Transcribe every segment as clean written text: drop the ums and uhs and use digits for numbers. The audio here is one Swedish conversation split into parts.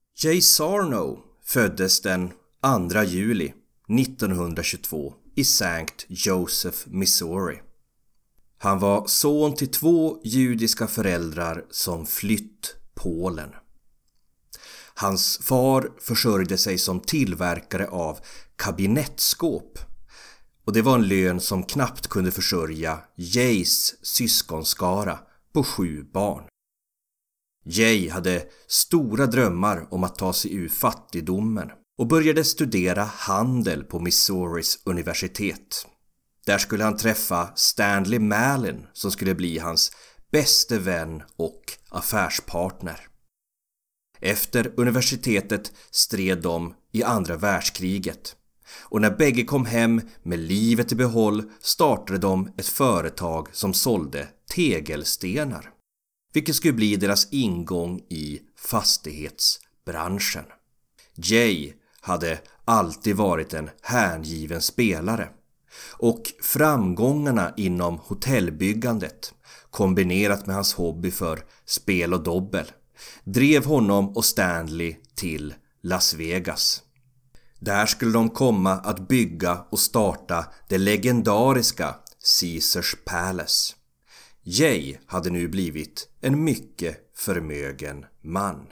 Jay Sarno föddes den 2 juli 1922 i St. Joseph, Missouri. Han var son till 2 judiska föräldrar som flytt Polen. Hans far försörjde sig som tillverkare av kabinettskåp, och det var en lön som knappt kunde försörja Jays syskonskara på 7 barn. Jay hade stora drömmar om att ta sig ur fattigdomen och började studera handel på Missouris universitet. Där skulle han träffa Stanley Malin som skulle bli hans bäste vän och affärspartner. Efter universitetet stred de i andra världskriget, och när bägge kom hem med livet i behåll startade de ett företag som sålde tegelstenar, vilket skulle bli deras ingång i fastighetsbranschen. Jay hade alltid varit en hängiven spelare, och framgångarna inom hotellbyggandet kombinerat med hans hobby för spel och dobbel drev honom och Stanley till Las Vegas. Där skulle de komma att bygga och starta det legendariska Caesars Palace. Jay hade nu blivit en mycket förmögen man.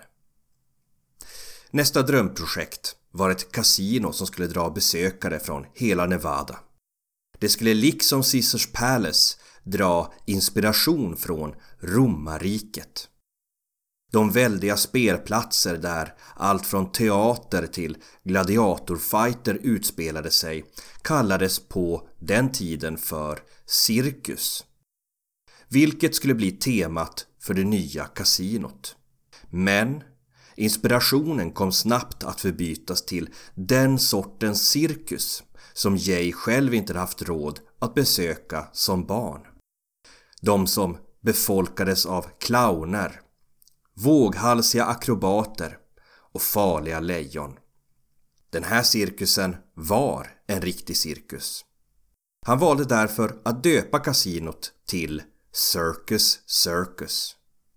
Nästa drömprojekt var ett kasino som skulle dra besökare från hela Nevada. Det skulle liksom Caesars Palace dra inspiration från romarriket. De väldiga spelplatser där allt från teater till gladiatorfighter utspelade sig kallades på den tiden för cirkus, vilket skulle bli temat för det nya kasinot. Men inspirationen kom snabbt att förbytas till den sortens cirkus som Jay själv inte haft råd att besöka som barn. De som befolkades av clowner, våghalsiga akrobater och farliga lejon. Den här cirkusen var en riktig cirkus. Han valde därför att döpa kasinot till Circus Circus.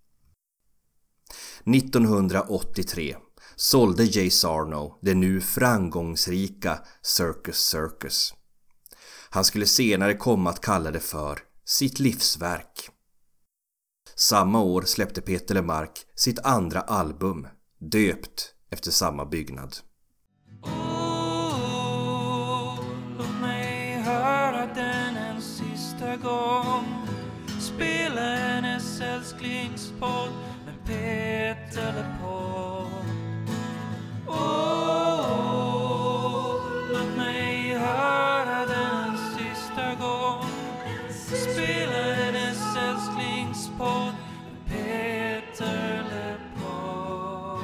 1983 sålde Jay Sarno det nu framgångsrika Circus Circus. Han skulle senare komma att kalla det för sitt livsverk. Samma år släppte Peter Lemark sitt andra album, döpt efter samma byggnad. Låt mig höra den en sista gång. Spela hennes älsklingspodd med Peter Lemark. Låt mig höra den sista gång. Spela hennes älsklingspodd med Peter Lemark.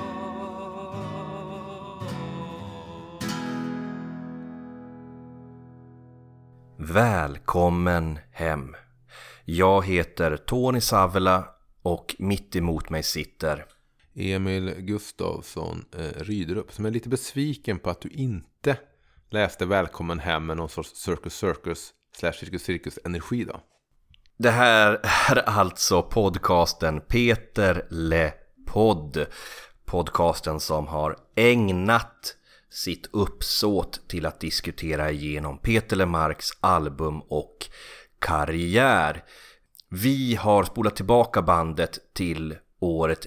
Välkommen hem. Jag heter Tony Savela och mitt emot mig sitter Emil Gustafsson Rydrup, som är lite besviken på att du inte läste Välkommen hem med någon sorts Circus Circus /Circus Circus energi då. Det här är alltså podcasten Peter Le Podd. Podcasten som har ägnat sitt uppsåt till att diskutera igenom Peter Lemarks album och karriär. Vi har spolat tillbaka bandet till året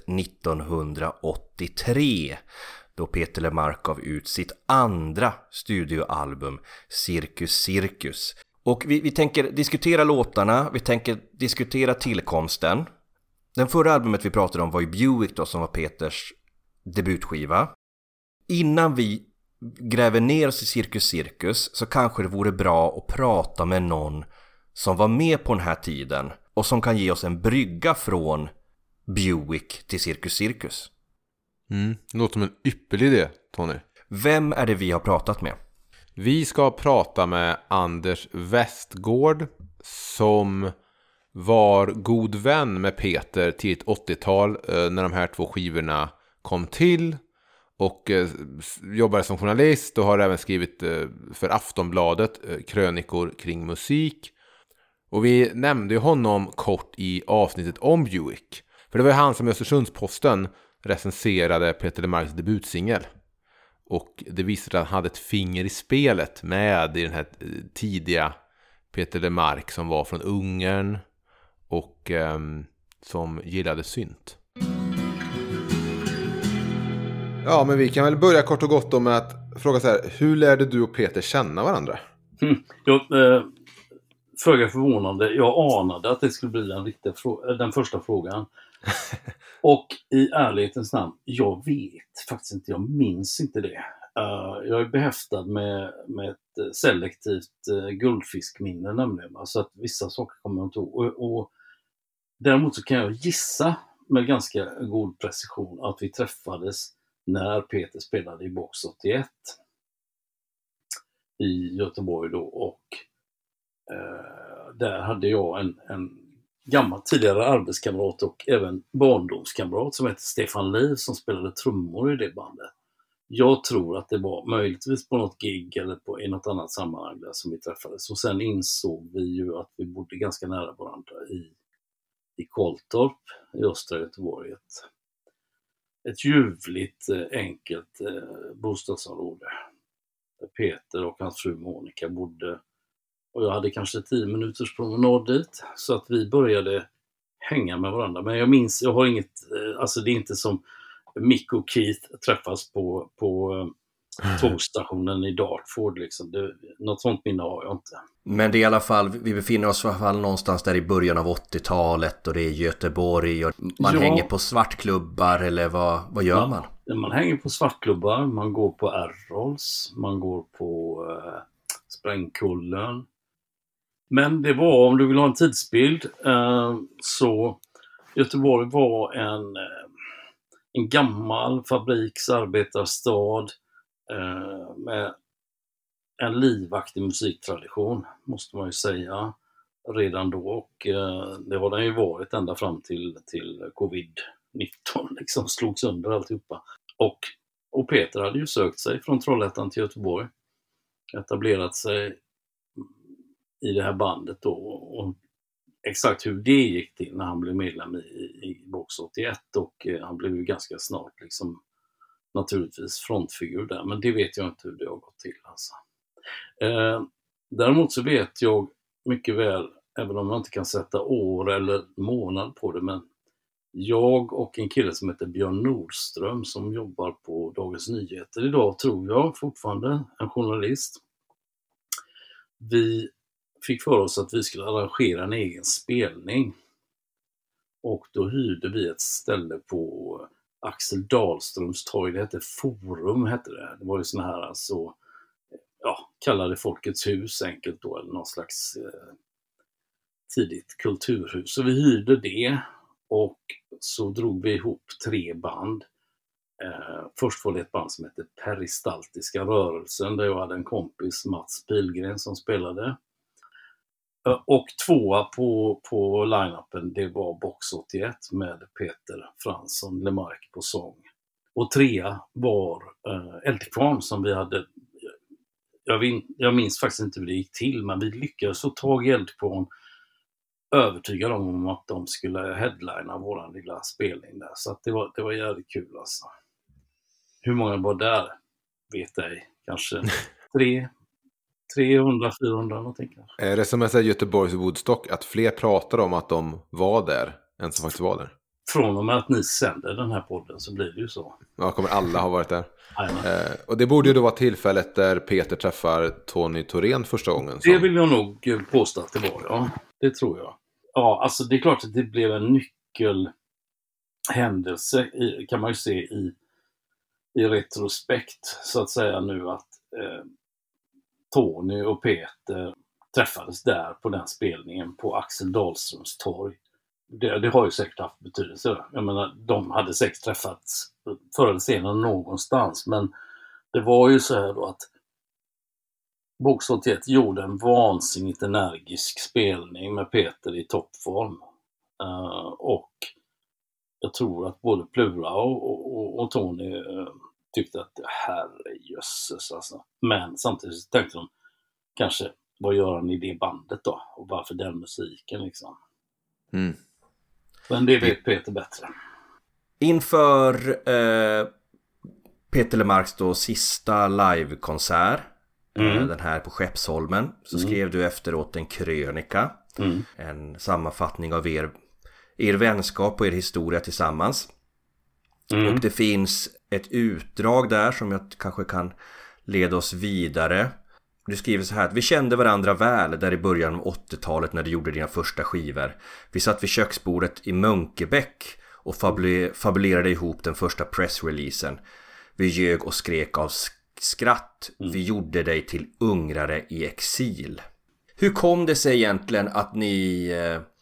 1983 då Peter Lemark gav ut sitt andra studioalbum Circus Circus. Och vi tänker diskutera låtarna, vi tänker diskutera tillkomsten. Den förra albumet vi pratade om var ju Buick då, som var Peters debutskiva. Innan vi gräver ner oss i Circus Circus så kanske det vore bra att prata med någon som var med på den här tiden och som kan ge oss en brygga från Buick till Circus Circus. Det låter som en ypperlig idé, Tony. Vem är det vi har pratat med? Vi ska prata med Anders Westgård, som var god vän med Peter tidigt 80-tal när de här 2 skivorna kom till, och jobbade som journalist och har även skrivit för Aftonbladet krönikor kring musik. Och vi nämnde ju honom kort i avsnittet om Buick, för det var ju han som i Östersundsposten recenserade Peter Lemarks debutsingel. Och det visade att han hade ett finger i spelet med i den här tidiga Peter Lemark som var från Ungern och som gillade synt. Ja, men vi kan väl börja kort och gott med att fråga så här: hur lärde du och Peter känna varandra? Föga förvånande. Jag anade att det skulle bli den första frågan. Och i ärlighetens namn, jag vet faktiskt inte, jag minns inte det. Jag är behäftad med ett selektivt guldfiskminne nämligen. Så att vissa saker kommer jag inte ihåg. Och däremot så kan jag gissa med ganska god precision att vi träffades när Peter spelade i Box 81 i Göteborg då, och där hade jag en gammal tidigare arbetskamrat och även barndomskamrat som heter Stefan Liv som spelade trummor i det bandet. Jag tror att det var möjligtvis på något gig eller i något annat sammanhang där som vi träffades. Och sen insåg vi ju att vi bodde ganska nära varandra i Koltorp i östra Göteborg. Ett ljuvligt enkelt bostadsområde där Peter och hans fru Monica bodde. Och jag hade kanske 10 minuters promenad dit, så att vi började hänga med varandra. Men jag har inget, alltså det är inte som Mick och Keith träffas på tågstationen i Dartford liksom. Något sånt minne har jag inte. Men det är i alla fall, vi befinner oss i alla fall någonstans där i början av 80-talet och det är Göteborg och man hänger på svartklubbar, eller vad gör man? Man hänger på svartklubbar, man går på Errols, man går på Sprängkullen. Men det var, om du vill ha en tidsbild, så Göteborg var en gammal fabriksarbetarstad med en livaktig musiktradition, måste man ju säga, redan då. Och det har den ju varit ända fram till covid-19, liksom slog sönder alltihopa. Och Peter hade ju sökt sig från Trollhättan till Göteborg, etablerat sig i det här bandet då, och exakt hur det gick till när han blev medlem i Box 81, och han blev ju ganska snart liksom naturligtvis frontfigur där, men det vet jag inte hur det har gått till alltså. Däremot så vet jag mycket väl, även om jag inte kan sätta år eller månad på det, men jag och en kille som heter Björn Nordström som jobbar på Dagens Nyheter idag, tror jag fortfarande, en journalist. Vi fick för oss att vi skulle arrangera en egen spelning. Och då hyrde vi ett ställe på Axel Dahlströms torg. Det hette Forum, hette det. Det var ju sån här, alltså, kallade Folkets hus enkelt då, eller någon slags tidigt kulturhus. Så vi hyrde det, och så drog vi ihop 3 band. Först var det ett band som hette Peristaltiska rörelsen, där jag hade en kompis, Mats Pilgren, som spelade. Och 2 på line-upen, det var Box 81 med Peter Fransson Lemark på sång. Och 3 var Eldkvarn som vi hade. Jag minns faktiskt inte hur det gick till, men vi lyckades få tag i Eldkvarn, övertyga dem om att de skulle headlina våran lilla spelning där. Så att det var jävligt kul alltså. Hur många var där? Vet ej. Kanske 300-400 någonting kanske. Är det som jag säger Göteborgs Woodstock, att fler pratar om att de var där än som faktiskt var där? Från och med att ni sänder den här podden så blir det ju så. Ja, kommer alla ha varit där. Och det borde ju då vara tillfället där Peter träffar Tony Thorén första gången. Det vill jag nog påstå att det var, ja. Det tror jag. Ja, alltså det är klart att det blev en nyckelhändelse, kan man ju se i retrospekt så att säga nu, att Tony och Peter träffades där på den spelningen på Axel Dahlströms torg. Det har ju säkert haft betydelse. Jag menar, de hade säkert träffats förr eller senare någonstans, men det var ju så här då att Box 81 gjorde en vansinnigt energisk spelning med Peter i toppform. Och jag tror att både Plura och Tony tyckte att herrejösses alltså. Men samtidigt tänkte de kanske, vad gör han i det bandet då? Och varför den musiken liksom? Mm. Men det vet Peter bättre. Inför Peter Lemarks då sista livekonsert, den här på Skeppsholmen, så skrev du efteråt en krönika, en sammanfattning av er vänskap och er historia tillsammans. Och det finns ett utdrag där som jag kanske kan leda oss vidare. Du skriver så här att vi kände varandra väl där i början av 80-talet när du gjorde dina första skivor. Vi satt vid köksbordet i Mönkebäck och fabulerade ihop den första pressreleasen. Vi ljög och skrek av skratt. Vi gjorde dig till ungrare i exil. Hur kom det sig egentligen att ni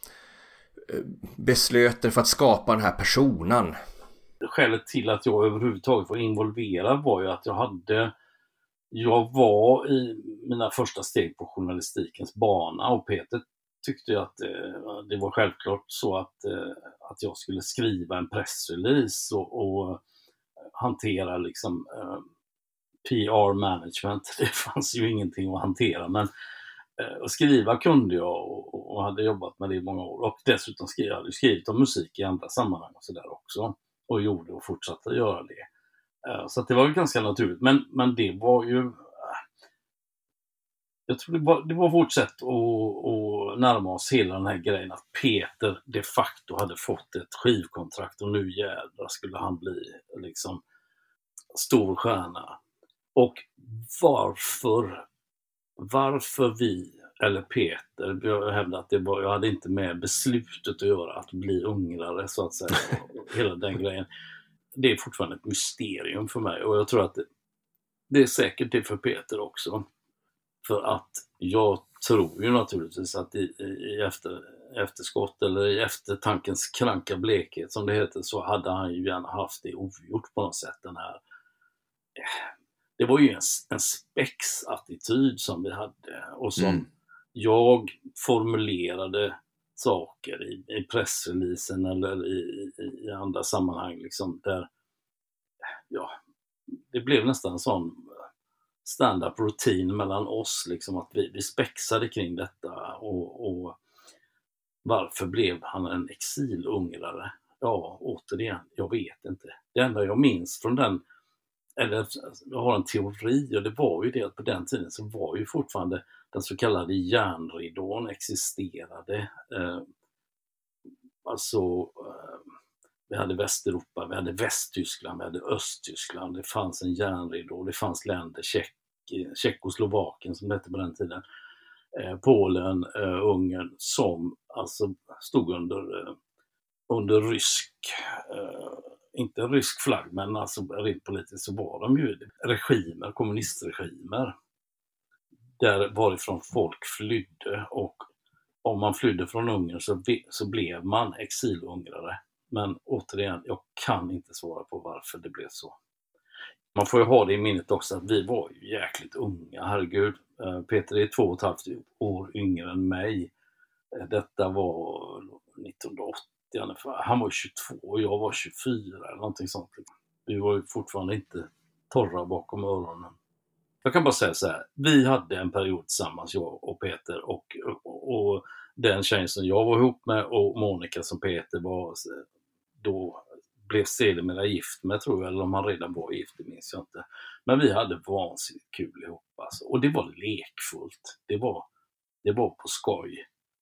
beslöt er för att skapa den här personen? Skälet till att jag överhuvudtaget var involverad var ju att jag var i mina första steg på journalistikens bana, och Peter tyckte ju att det var självklart så att jag skulle skriva en pressrelease och hantera liksom PR management. Det fanns ju ingenting att hantera, men skriva kunde jag och hade jobbat med det i många år, och dessutom hade jag skrivit om musik i andra sammanhang och sådär också, och gjorde och fortsatte göra det. Så att det var ju ganska naturligt, men det var ju, jag tror det var vårt sätt att närma oss hela den här grejen, att Peter de facto hade fått ett skivkontrakt och nu jävlar skulle han bli liksom stor stjärna. Och varför vi, eller Peter, jag hävdar att jag hade inte med beslutet att göra att bli ungrare så att säga, hela den grejen. Det är fortfarande ett mysterium för mig, och jag tror att det är säkert det för Peter också. För att jag tror ju naturligtvis att i efterskott eller i eftertankens kranka blekhet som det heter, så hade han ju gärna haft det ogjort på något sätt. Den här, det var ju en spexattityd som vi hade, och som jag formulerade saker i pressreleasen eller i andra sammanhang liksom, där det blev nästan en sån stand-up rutin mellan oss liksom, att vi spexade kring detta, och varför blev han en exilungrare? Ja, återigen, jag vet inte. Det enda jag minns från den, eller jag har en teori, och det var ju det att på den tiden så var ju fortfarande den så kallade järnridån existerade. Vi hade Västeuropa, vi hade Västtyskland, vi hade Östtyskland, det fanns en järnridå, det fanns länder, Tjeckoslovakien som det hette på den tiden, Polen, Ungern, som alltså stod under rysk, inte rysk flagg, men alltså rent politiskt så var de ju regimer, kommunistregimer, där varifrån folk flydde, och om man flydde från Ungern så blev man exilungrare. Men återigen, jag kan inte svara på varför det blev så. Man får ju ha det i minnet också att vi var ju jäkligt unga, herregud. Peter är 2,5 år yngre än mig. Detta var 1980 ungefär. Han var 22 och jag var 24 eller någonting sånt. Vi var ju fortfarande inte torra bakom öronen. Jag kan bara säga så här, vi hade en period tillsammans, jag och Peter, och den tjejen som jag var ihop med och Monica som Peter var då blev sedermera gift med, tror jag, eller om han redan var gift, det minns jag inte. Men vi hade vansinnigt kul ihop alltså. Och det var lekfullt, det var på skoj.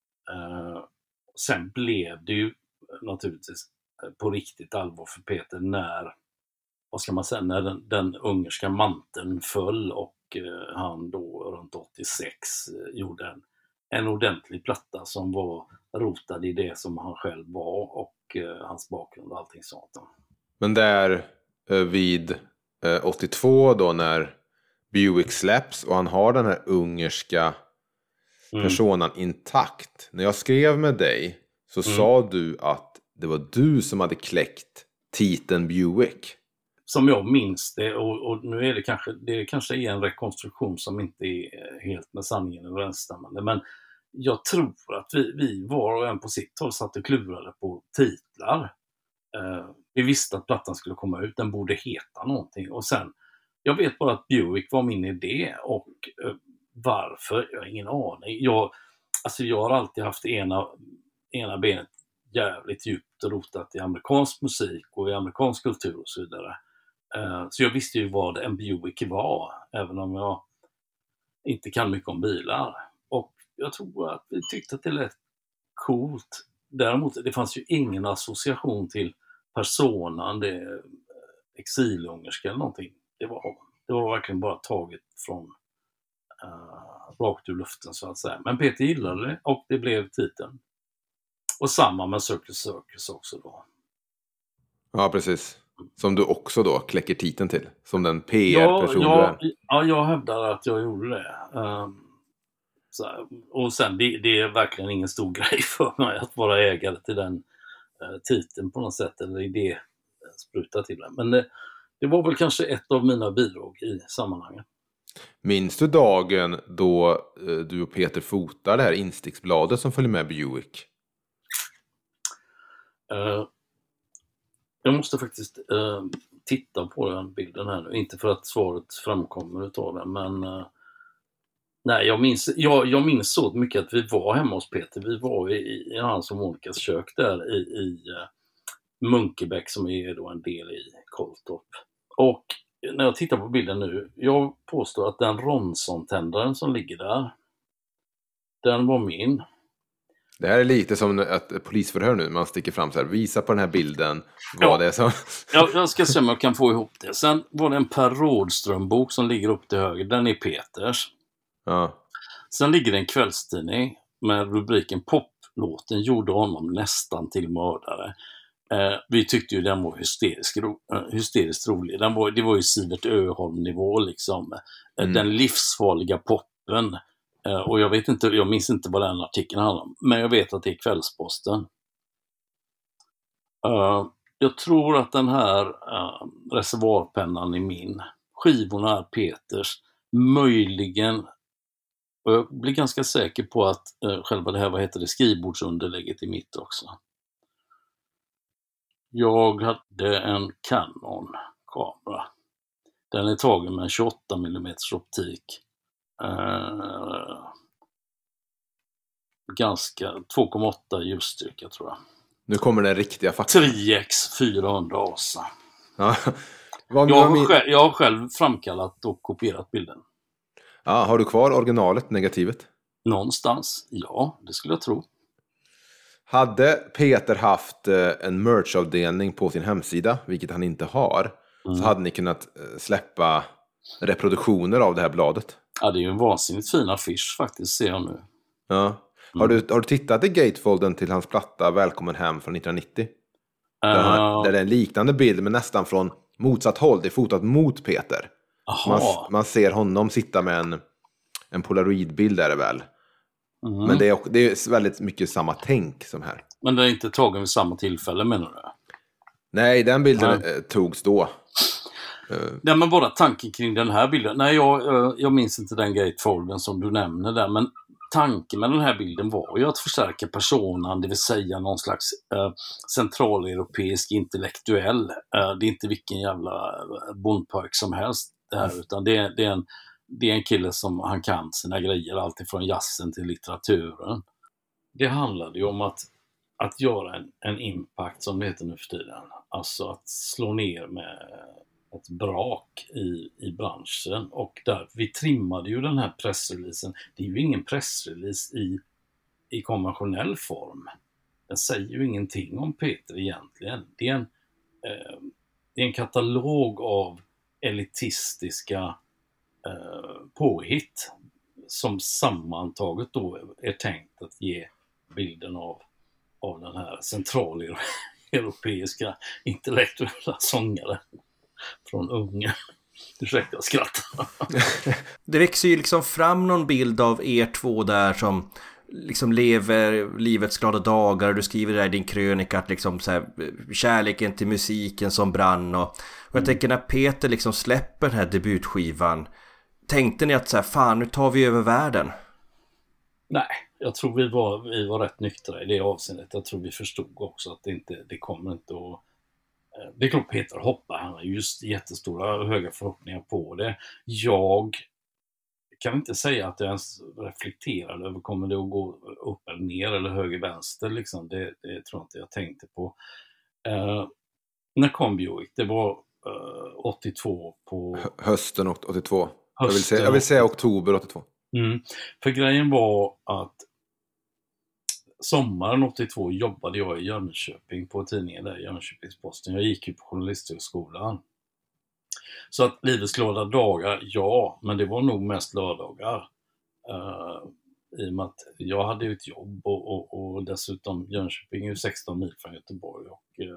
Sen blev det ju naturligtvis på riktigt allvar för Peter när, vad ska man säga, när den ungerska manteln föll och han då runt 86 gjorde en ordentlig platta som var rotad i det som han själv var och hans bakgrund och allting sånt. Men där vid 82 då när Buick släpps och han har den här ungerska personan intakt. När jag skrev med dig så sa du att det var du som hade kläckt titeln Buick. Som jag minns det, och nu är det kanske är en rekonstruktion som inte är helt med sanningen överensstämmande, men jag tror att vi var och en på sitt håll satt och klurade på titlar. Vi visste att plattan skulle komma ut, den borde heta någonting, och sen, jag vet bara att Buick var min idé, och varför, jag har ingen aning. Jag har alltid haft ena benet jävligt djupt rotat i amerikansk musik och i amerikansk kultur och så vidare. Så jag visste ju vad en Buick var, även om jag inte kan mycket om bilar. Och jag tror att vi tyckte att det lät coolt. Däremot, det fanns ju ingen association till personan, det exilungerska eller någonting. Det var verkligen bara taget från rakt ur luften så att säga. Men Peter gillade det och det blev titeln. Och samma med Circus Circus också då. Ja, precis. Som du också då kläcker titeln till. Som den PR-person du är. Ja, jag hävdar att jag gjorde det. Och sen, det är verkligen ingen stor grej för mig att vara ägare till den titeln på något sätt. Eller idé spruta till den. Men det var väl kanske ett av mina bidrag i sammanhanget. Minns du dagen då du och Peter fotar det här insticksbladet som följer med Buick? Jag måste faktiskt titta på den bilden här nu. Inte för att svaret framkommer utav den, men nej, jag minns så mycket att vi var hemma hos Peter. Vi var i hans och Monikas kök där i Munkebäck som är då en del i Kolltorp. Och när jag tittar på bilden nu, jag påstår att den Ronson-tändaren som ligger där, den var min. Det här är lite som ett polisförhör nu. Man sticker fram så här, visa på den här bilden vad det är som... Jag ska se om jag kan få ihop det. Sen var det en Per Rådström-bok som ligger upp till höger. Den är Peters. Ja. Sen ligger det en kvällstidning med rubriken Poplåten gjorde honom nästan till mördare. Vi tyckte ju den var hysteriskt rolig. Det var ju Sivert Öholm-nivå liksom. Den livsfarliga poppen. Och jag minns inte vad den artikeln handlar om. Men jag vet att det är Kvällsposten. Jag tror att den här reservoarpennan är min. Skivorna är Peters. Möjligen. Och jag blir ganska säker på att själva det här, skrivbordsunderlägget är mitt också. Jag hade en Canon-kamera. Den är tagen med en 28 mm optik. Ganska 2,8 ljusstyrka tror jag. Nu kommer den riktiga fakta. 3x 400 ASA. Ja. Jag har själv framkallat och kopierat bilden. Ja, har du kvar originalet, negativet? Någonstans, ja, det skulle jag tro. Hade Peter haft en merchavdelning på sin hemsida, vilket han inte har, så hade ni kunnat släppa reproduktioner av det här bladet. Ja, det är ju en vansinnigt fin affisch faktiskt, ser jag nu. Ja. Har du tittat i gatefolden till hans platta Välkommen hem från 1990? Där det är en liknande bild, men nästan från motsatt håll. Det är fotat mot Peter. Man ser honom sitta med en polaroidbild där det väl. Men det är väldigt mycket samma tänk som här. Men det är inte tagen vid samma tillfälle, menar du? Nej, den bilden togs då. Nej, men bara tanken kring den här bilden. Nej, jag minns inte den gatefolden som du nämner där, men tanken med den här bilden var ju att förstärka personen, det vill säga någon slags centraleuropeisk intellektuell. Det är inte vilken jävla bondpojk som helst det här, utan det är en kille som han kan sina grejer, alltifrån jazzen till litteraturen. Det handlade ju om att göra en impact, som det heter nu för tiden. Alltså att slå ner med ett brak i branschen. Och där, vi trimmade ju den här pressreleasen. Det är ju ingen pressrelease i konventionell form. Den säger ju ingenting om Peter egentligen. Det är en katalog av elitistiska påhitt som sammantaget då är tänkt att ge bilden av den här centraleuropeiska intellektuella sångaren från Ungern. Ursäkta, jag skrattar. Det växer ju liksom fram någon bild av er två där som liksom lever livets glada dagar. Du skriver där i din krönika att liksom så här, kärleken till musiken som brann. Och jag tänker när Peter liksom släpper den här debutskivan, tänkte ni att så här, fan, nu tar vi över världen? Nej, jag tror vi var rätt nyktra i det avseendet. Jag tror vi förstod också att det kommer inte att... Det är klart Peter hoppar, han har just jättestora och höga förhoppningar på det. Jag kan inte säga att jag ens reflekterade över kommer det att gå upp eller ner eller höger vänster liksom. Det tror jag inte jag tänkte på. När kom Buick? Det var 82 på... Hösten 82. Hösten Jag vill säga oktober 82. För grejen var att sommaren 82 jobbade jag i Jönköping på tidningen där, Jönköpingsposten. Jag gick ju på journalisthögskolan. Så att livets glada dagar, ja, men det var nog mest lördagar. I och med att jag hade ett jobb och dessutom Jönköping är ju 16 mil från Göteborg.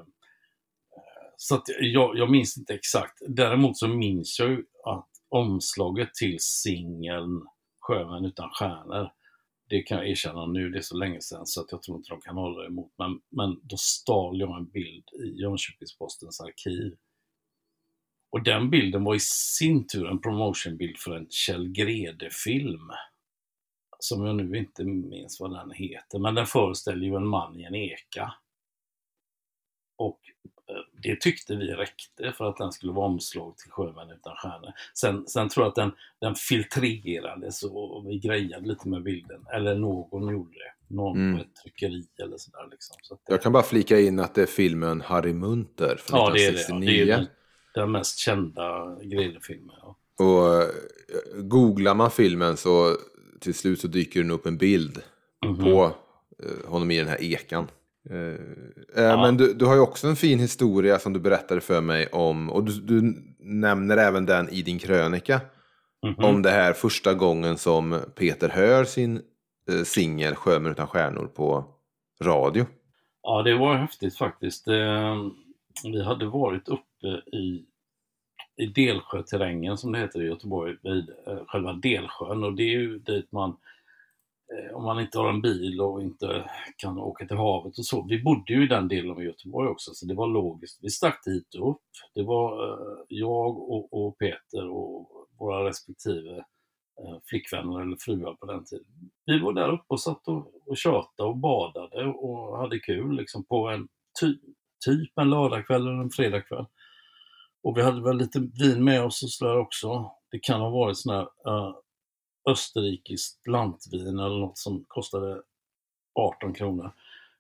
Så att jag minns inte exakt. Däremot så minns jag ju att omslaget till singeln Sjömän utan stjärnor, det kan jag erkänna nu, det är så länge sedan så att jag tror inte de kan hålla emot. Men då stal jag en bild i Jönköpingspostens arkiv. Och den bilden var i sin tur en promotionbild för en Kjell Grede-film. Som jag nu inte minns vad den heter. Men den föreställer ju en man i en eka. Och det tyckte vi räckte för att den skulle vara omslag till Sjömän utan stjärnor. Sen tror jag att den filtrerades och vi grejade lite med bilden. Eller någon gjorde det. Någon på ett tryckeri eller sådär liksom. Så att jag kan bara flika in att det är filmen Harry Munter från 1969. Ja, det är det. Den mest kända Grede-filmen. Ja. Och googlar man filmen så till slut så dyker den upp en bild på honom i den här ekan. Men du har ju också en fin historia som du berättade för mig om, och du nämner även den i din krönika om det här första gången som Peter hör sin singel Sjömän utan stjärnor på radio. Ja, det var häftigt faktiskt. Vi hade varit uppe i Delsjöterrängen som det heter i Göteborg, vid själva Delsjön, och det är ju dit man, om man inte har en bil och inte kan åka till havet och så. Vi bodde ju i den delen av Göteborg också, så det var logiskt. Vi stack dit upp. Det var jag och Peter och våra respektive flickvänner eller fruar på den tiden. Vi var där uppe och satt och tjötade och badade och hade kul liksom på en typ en lördagkväll eller en fredagkväll. Och vi hade väl lite vin med oss och sådär också. Det kan ha varit sån här österrikiskt lantvin eller något som kostade 18 kronor.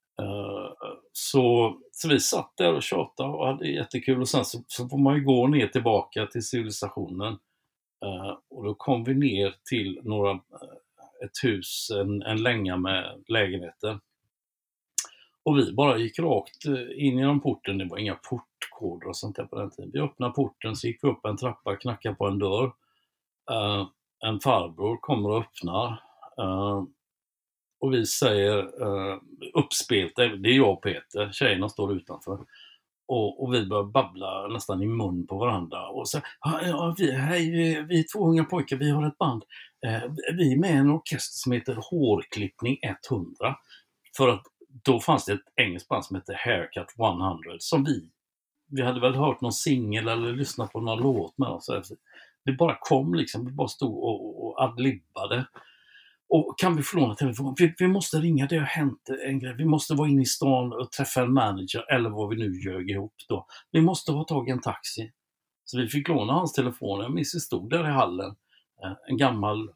Så vi satt där och tjatade och hade jättekul. Och sen så får man ju gå ner tillbaka till civilisationen. Och då kom vi ner till ett hus, en länga med lägenheter. Och vi bara gick rakt in genom porten. Det var inga portkoder och sånt där på den tiden. Vi öppnade porten, så gick vi upp en trappa, knackade på en dörr. En farbror kommer och öppnar. Och vi säger uppspelt, det är jag och Peter. Tjejerna står utanför. Och vi börjar babbla nästan i mun på varandra. Och så, vi är två unga pojkar, vi har ett band. Vi är med i en orkester som heter Hårklippning 100. För att då fanns det ett engelskt band som heter Haircut 100 som vi hade väl hört någon singel eller lyssnat på någon låt med oss. Det bara kom liksom, vi bara stod och adlibbade. Och kan vi få låna telefon? Vi måste ringa, det har hänt en grej. Vi måste vara inne i stan och träffa en manager eller vad vi nu gör ihop då. Vi måste ha tagit en taxi. Så vi fick låna hans telefon. Jag minns vi stod där i hallen. En gammal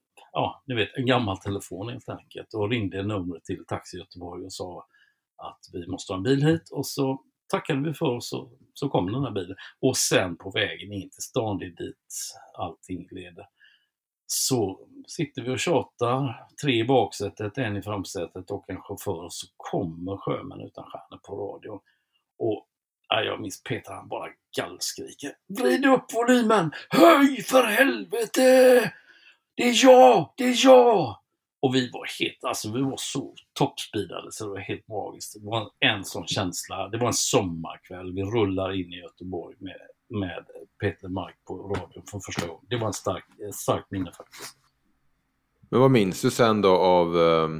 telefon helt enkelt. Och ringde numret till Taxi Göteborg och sa att vi måste ha en bil hit. Och så tackade vi för oss och så kom den här bilen. Och sen på vägen in till stan, det är dit allting leder. Så sitter vi och tjatar, 3 i baksätet, 1 i framsätet och en chaufför, och så kommer Sjömän utan stjärnor på radio. Och jag minns Peter, han bara gallskriker: vrid upp volymen! Höj för helvete! Det är jag! Och vi var så toppspeedade så det var helt magiskt. Det var en sån känsla, det var en sommarkväll, vi rullar in i Göteborg med Peter Mark på radio för första gången. Det var ett starkt minne faktiskt. Men vad minns du sen då av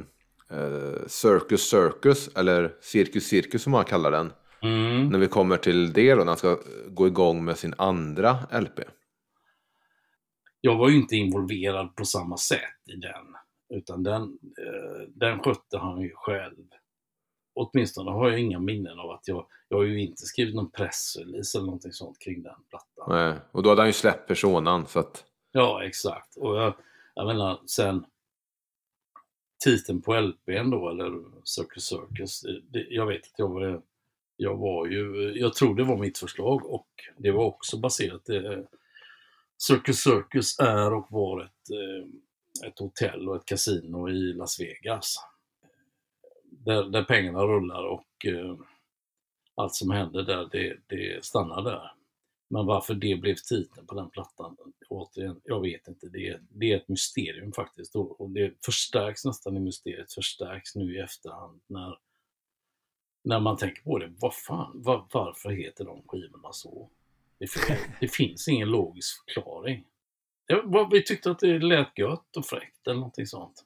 Circus eller Cirkus som man kallar den? När vi kommer till det då, när han ska gå igång med sin andra LP. Jag var ju inte involverad på samma sätt i den. Utan den skötte han ju själv. Åtminstone har jag inga minnen av att jag har ju inte skrivit någon pressrelease eller någonting sånt kring den plattan. Nej, och då hade han ju släppt personan så att... Ja, exakt. Och jag menar, sen titeln på LPn då, eller Circus Circus, jag vet att jag tror det var mitt förslag, och det var också baserat Circus Circus är och var ett hotell och ett kasino i Las Vegas. Där pengarna rullar och allt som händer där, det stannar där. Men varför det blev titeln på den plattan, återigen, jag vet inte. Det är ett mysterium faktiskt. Och det förstärks nästan, i mysteriet förstärks nu i efterhand när man tänker på det. Varför heter de skivorna så? Det finns ingen logisk förklaring. Vi tyckte att det lät gött och fräckt eller någonting sånt.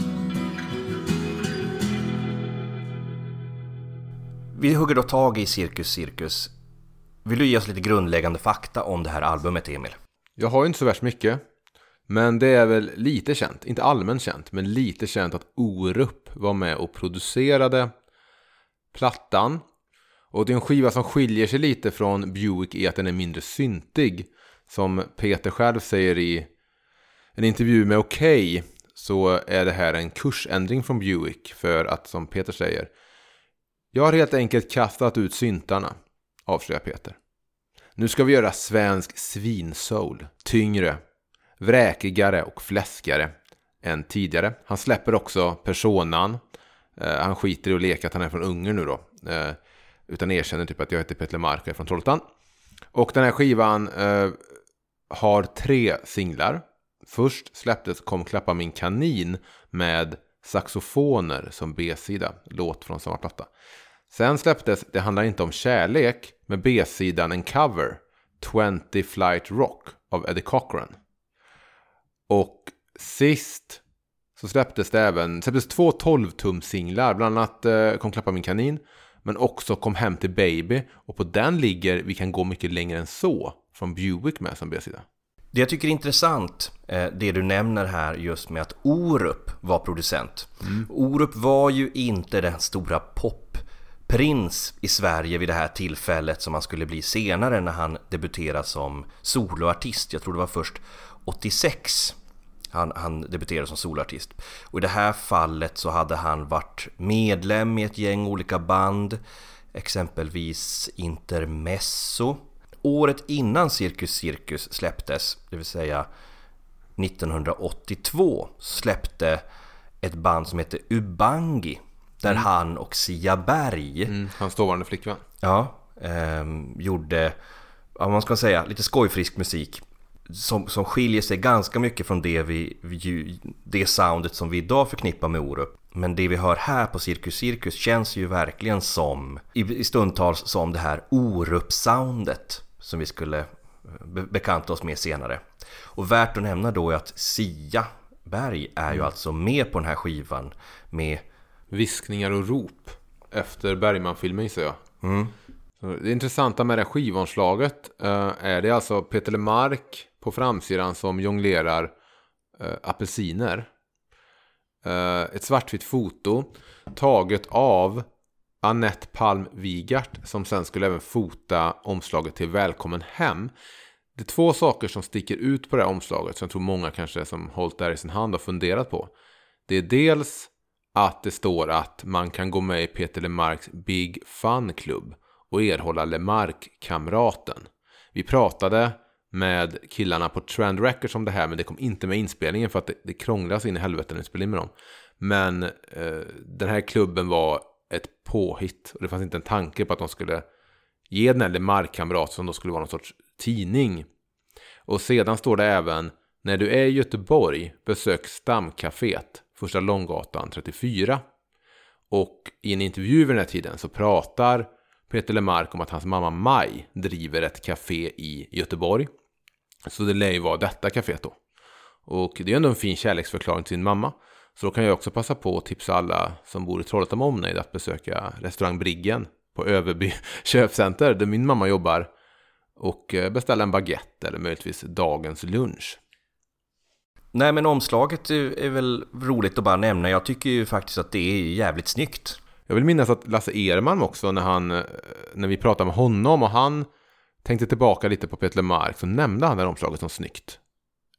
Vi hugger då tag i Circus Circus. Vill du ge oss lite grundläggande fakta om det här albumet, Emil? Jag har ju inte så värst mycket. Men det är väl lite känt, inte allmänt känt, men lite känt att Orup var med och producerade plattan. Och det är en skiva som skiljer sig lite från Buick i att den är mindre syntig. Som Peter själv säger i en intervju med Okej, så är det här en kursändring från Buick. För att, som Peter säger, jag har helt enkelt kastat ut syntarna, avslöjar Peter. Nu ska vi göra svensk svinsoul, tyngre, vräkigare och fläskigare än tidigare. Han släpper också personan. Han skiter i att leka att han är från Ungern nu då. Utan erkänner typ att jag heter Peter Lemark och är från Trollhättan. Och den här skivan har 3 singlar. Först släpptes Kom klappa min kanin med saxofoner som B-sida. Låt från samma platta. Sen släpptes Det handlar inte om kärlek med B-sidan en cover, 20 Flight Rock av Eddie Cochran. Och sist så släpptes 2 12-tum-singlar, bland annat Kom klappa min kanin, men också Kom hem till baby, och på den ligger Vi kan gå mycket längre än så från Buick med som B-sida. Det jag tycker är intressant, det du nämner här just med att Orup var producent. Orup var ju inte den stora popprins i Sverige vid det här tillfället som han skulle bli senare när han debuterade som soloartist. Jag tror det var först 86 han debuterade som soloartist. Och i det här fallet så hade han varit medlem i ett gäng olika band, exempelvis Intermezzo. Året innan Circus Circus släpptes, det vill säga 1982, släppte ett band som heter Ubangi, där han och Sia Berg, hans dåvarande flickvän, gjorde, man ska säga, lite skojfrisk musik som skiljer sig ganska mycket från det soundet som vi idag förknippar med Orup. Men det vi hör här på Circus Circus känns ju verkligen som, i stundtals som det här Orup-soundet som vi skulle bekanta oss med senare. Och värt att nämna då är att Sia Berg är ju alltså med på den här skivan med viskningar och rop efter Bergman-filmen, gissar jag. Så det intressanta med det här skivomslaget är det alltså Peter Lemark på framsidan som jonglerar apelsiner. Ett svartvitt foto taget av Annette Palm-Wigart, som sen skulle även fota omslaget till Välkommen hem. Det är 2 saker som sticker ut på det här omslaget som jag tror många kanske som hållit där i sin hand har funderat på. Det är dels att det står att man kan gå med i Peter Lemarks Big Fun Club och erhålla Lemark-kamraten. Vi pratade med killarna på Trend Records om det här, men det kom inte med inspelningen för att det krånglas in i helvete när vi spelade in med dem. Men den här klubben var ett påhitt och det fanns inte en tanke på att de skulle ge den här Lemark-kamrat som då skulle vara någon sorts tidning. Och sedan står det även: när du är i Göteborg, besök Stamcaféet, Första Långgatan 34. Och i en intervju vid den här tiden så pratar Peter Lemark om att hans mamma Maj driver ett café i Göteborg. Så det lär ju vara detta café då. Och det är ändå en fin kärleksförklaring till sin mamma. Så då kan jag också passa på att tipsa alla som bor i Trollhättan om omnejd att besöka restaurang Briggen på Överby köpcenter där min mamma jobbar, och beställa en baguette eller möjligtvis dagens lunch. Nej, men omslaget är väl roligt att bara nämna. Jag tycker ju faktiskt att det är jävligt snyggt. Jag vill minnas att Lasse Ehrman också, när vi pratade med honom och han tänkte tillbaka lite på Peter Lemark, så nämnde han det här omslaget som snyggt.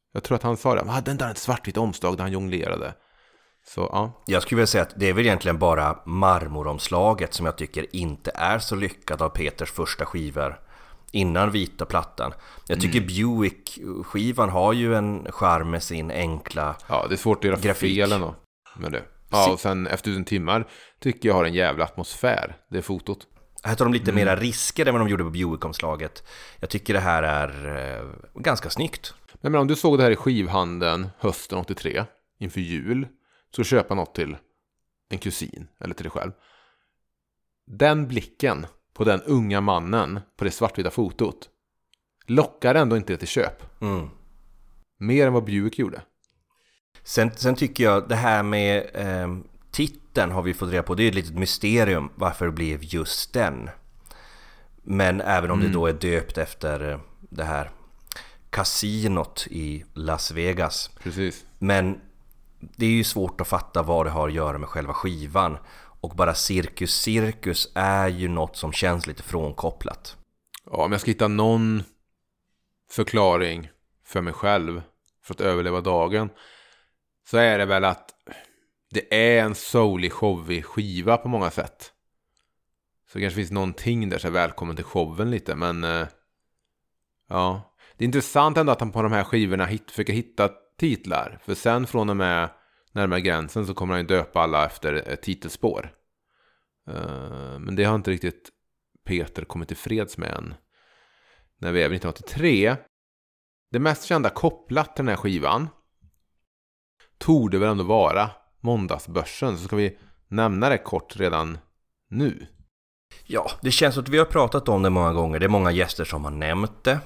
Jag tror att han sa det. Han hade inte ett svartvitt omslag där han jonglerade. Så, ja. Jag skulle vilja säga att det är väl egentligen bara marmoromslaget som jag tycker inte är så lyckat av Peters första skivor innan vita plattan. Jag tycker Buick-skivan har ju en charm med sin enkla Ja, det är svårt att göra grafik. fel ändå med det. Ja, och sen efter 1000 timmar tycker jag har en jävla atmosfär, det fotot. Här tar de lite mera risker än vad de gjorde på Buick-omslaget. Jag tycker det här är ganska snyggt. Men om du såg det här i skivhandeln hösten 83 inför jul, så köpa något till en kusin eller till dig själv. Den blicken på den unga mannen på det svartvita fotot lockar ändå inte till köp. Mer än vad Buick gjorde. Sen tycker jag det här med titeln har vi fått reda på. Det är ett litet mysterium varför det blev just den. Men även om det då är döpt efter det här kasinot i Las Vegas. Precis. Men det är ju svårt att fatta vad det har att göra med själva skivan. Och bara Cirkus är ju något som känns lite frånkopplat. Ja, om jag ska hitta någon förklaring för mig själv för att överleva dagen, så är det väl att det är en soulig, showig skiva på många sätt. Så det kanske finns någonting där så är välkommen till showen lite. Men ja, det är intressant ändå att han på de här skivorna försöker hitta titlar. För sen från och med närmare gränsen så kommer han ju döpa alla efter ett titelspår. Men det har inte riktigt Peter kommit till freds med än. När vi är 1983. Det mest kända kopplat till den här skivan torde väl ändå vara Måndagsbörsen. Så ska vi nämna det kort redan nu. Ja, det känns som att vi har pratat om det många gånger. Det är många gäster som har nämnt det.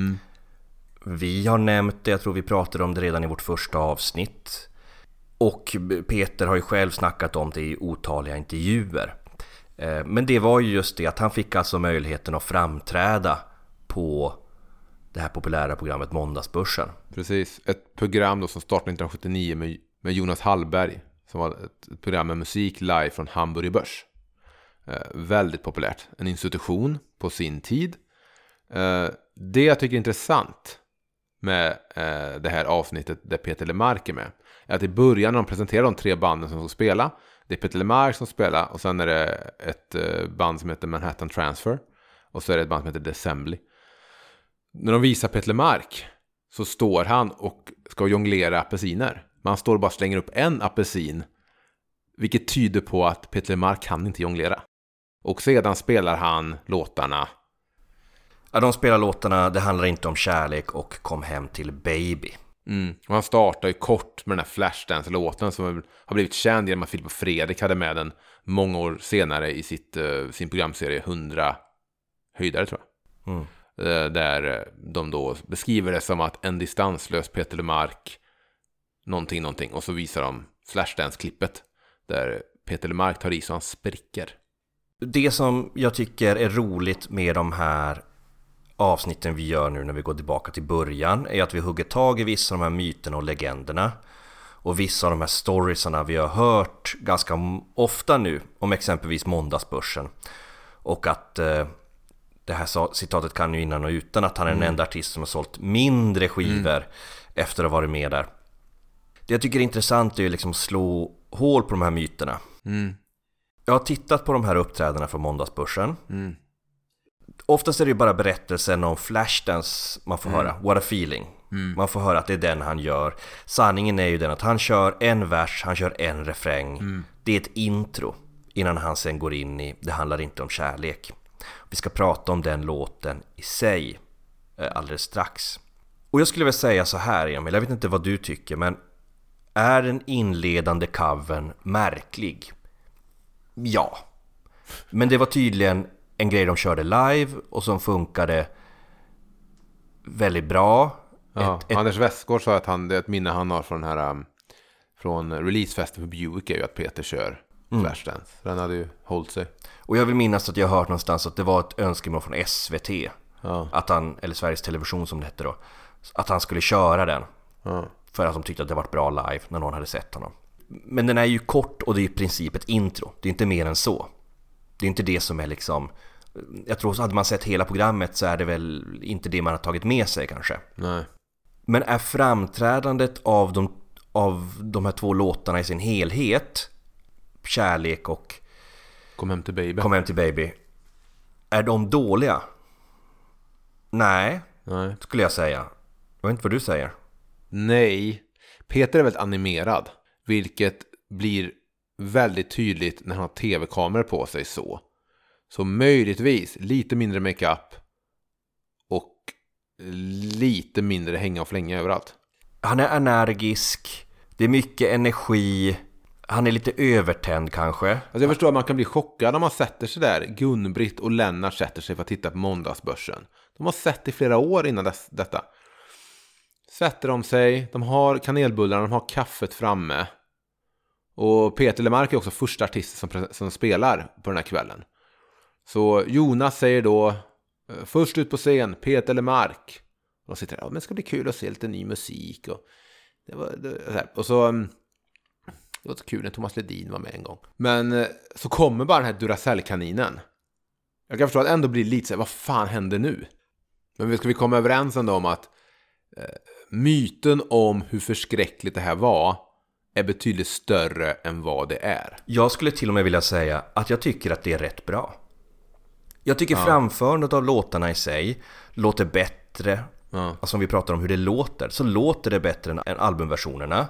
Vi har nämnt det, jag tror vi pratade om det redan i vårt första avsnitt. Och Peter har ju själv snackat om det i otaliga intervjuer. Men det var ju just det att han fick alltså möjligheten att framträda på det här populära programmet Måndagsbörsen. Precis, ett program då som startade 1979 med Jonas Hallberg, som var ett program med musik live från Hamburg Börs. Väldigt populärt, en institution på sin tid. Det jag tycker är intressant med det här avsnittet där Peter Lemark är med är att i början när de presenterar de 3 banden som ska spela, det är Peter Lemark som spelar och sen är det ett band som heter Manhattan Transfer och så är det ett band som heter The Assembly. När de visar Peter Lemark så står han och ska jonglera apelsiner. Man står och bara slänger upp en apelsin, vilket tyder på att Peter Lemark kan inte jonglera. Och sedan spelar han låtarna. Ja, de spelar låtarna Det handlar inte om kärlek och Kom hem till baby. Och han startar ju kort med den här Flashdance-låten som har blivit känd genom att Filip och Fredrik hade med den många år senare i sin programserie 100 höjdare tror jag. Där de då beskriver det som att en distanslös Peter Lemark någonting och så visar de Flashdance-klippet där Peter Lemark tar i så han spricker. Det som jag tycker är roligt med de här avsnitten vi gör nu när vi går tillbaka till början är att vi hugger tag i vissa av de här myterna och legenderna och vissa av de här storiesarna vi har hört ganska ofta nu om exempelvis Måndagsbörsen och att det här citatet kan ju innan och utan att han är den enda artist som har sålt mindre skivor efter att ha varit med där. Det jag tycker är intressant är ju liksom slå hål på de här myterna. Jag har tittat på de här uppträdarna från Måndagsbörsen. Oftast är det ju bara berättelsen om Flashdance man får höra. What a feeling. Man får höra att det är den han gör. Sanningen är ju den att han kör en vers, han kör en refräng. Det är ett intro innan han sen går in i Det handlar inte om kärlek. Vi ska prata om den låten i sig alldeles strax. Och jag skulle väl säga så här, Emil, jag vet inte vad du tycker, men är den inledande covern märklig? Ja. Men det var tydligen en grej de körde live och som funkade väldigt bra. Ja, Anders Westgård sa att ett minne han har från den här från releasefesten för Buick är ju att Peter kör Flashdance. Den hade ju hållit sig. Och jag vill minnas att jag har hört någonstans att det var ett önskemål från SVT. Att han, eller Sveriges Television som det hette då, att han skulle köra den. För att de tyckte att det var bra live när någon hade sett honom. Men den är ju kort och det är i princip ett intro. Det är inte mer än så. Det är inte det som är liksom... Jag tror att hade man sett hela programmet så är det väl inte det man har tagit med sig kanske. Nej. Men är framträdandet av de här två låtarna i sin helhet, Kärlek och Kom hem till baby, är de dåliga? Nej, Nej. skulle jag säga. Jag vet inte vad du säger. Nej. Peter är väldigt animerad, vilket blir väldigt tydligt när han har tv-kameror på sig så möjligtvis lite mindre makeup och lite mindre hänga och flänga överallt. Han är energisk, det är mycket energi, han är lite övertänd kanske. Alltså jag förstår att man kan bli chockad om man sätter sig där. Gun-Britt och Lennart sätter sig för att titta på Måndagsbörsen. De har sett i flera år innan detta. Sätter de sig, de har kanelbullarna, de har kaffet framme. Och Peter LeMarc är också första artisten som spelar på den här kvällen. Så Jonas säger då, först ut på scen, Peter LeMarc. Och de sitter där, men det ska bli kul att se lite ny musik. Och det var så kul när Thomas Ledin var med en gång. Men så kommer bara den här Duracell-kaninen. Jag kan förstå att ändå blir lite så här, vad fan händer nu? Men ska vi komma överens ändå om att myten om hur förskräckligt det här var är betydligt större än vad det är. Jag skulle till och med vilja säga att jag tycker att det är rätt bra. Jag tycker framförandet av låtarna i sig låter bättre. Alltså om vi pratar om hur det låter, så låter det bättre än albumversionerna.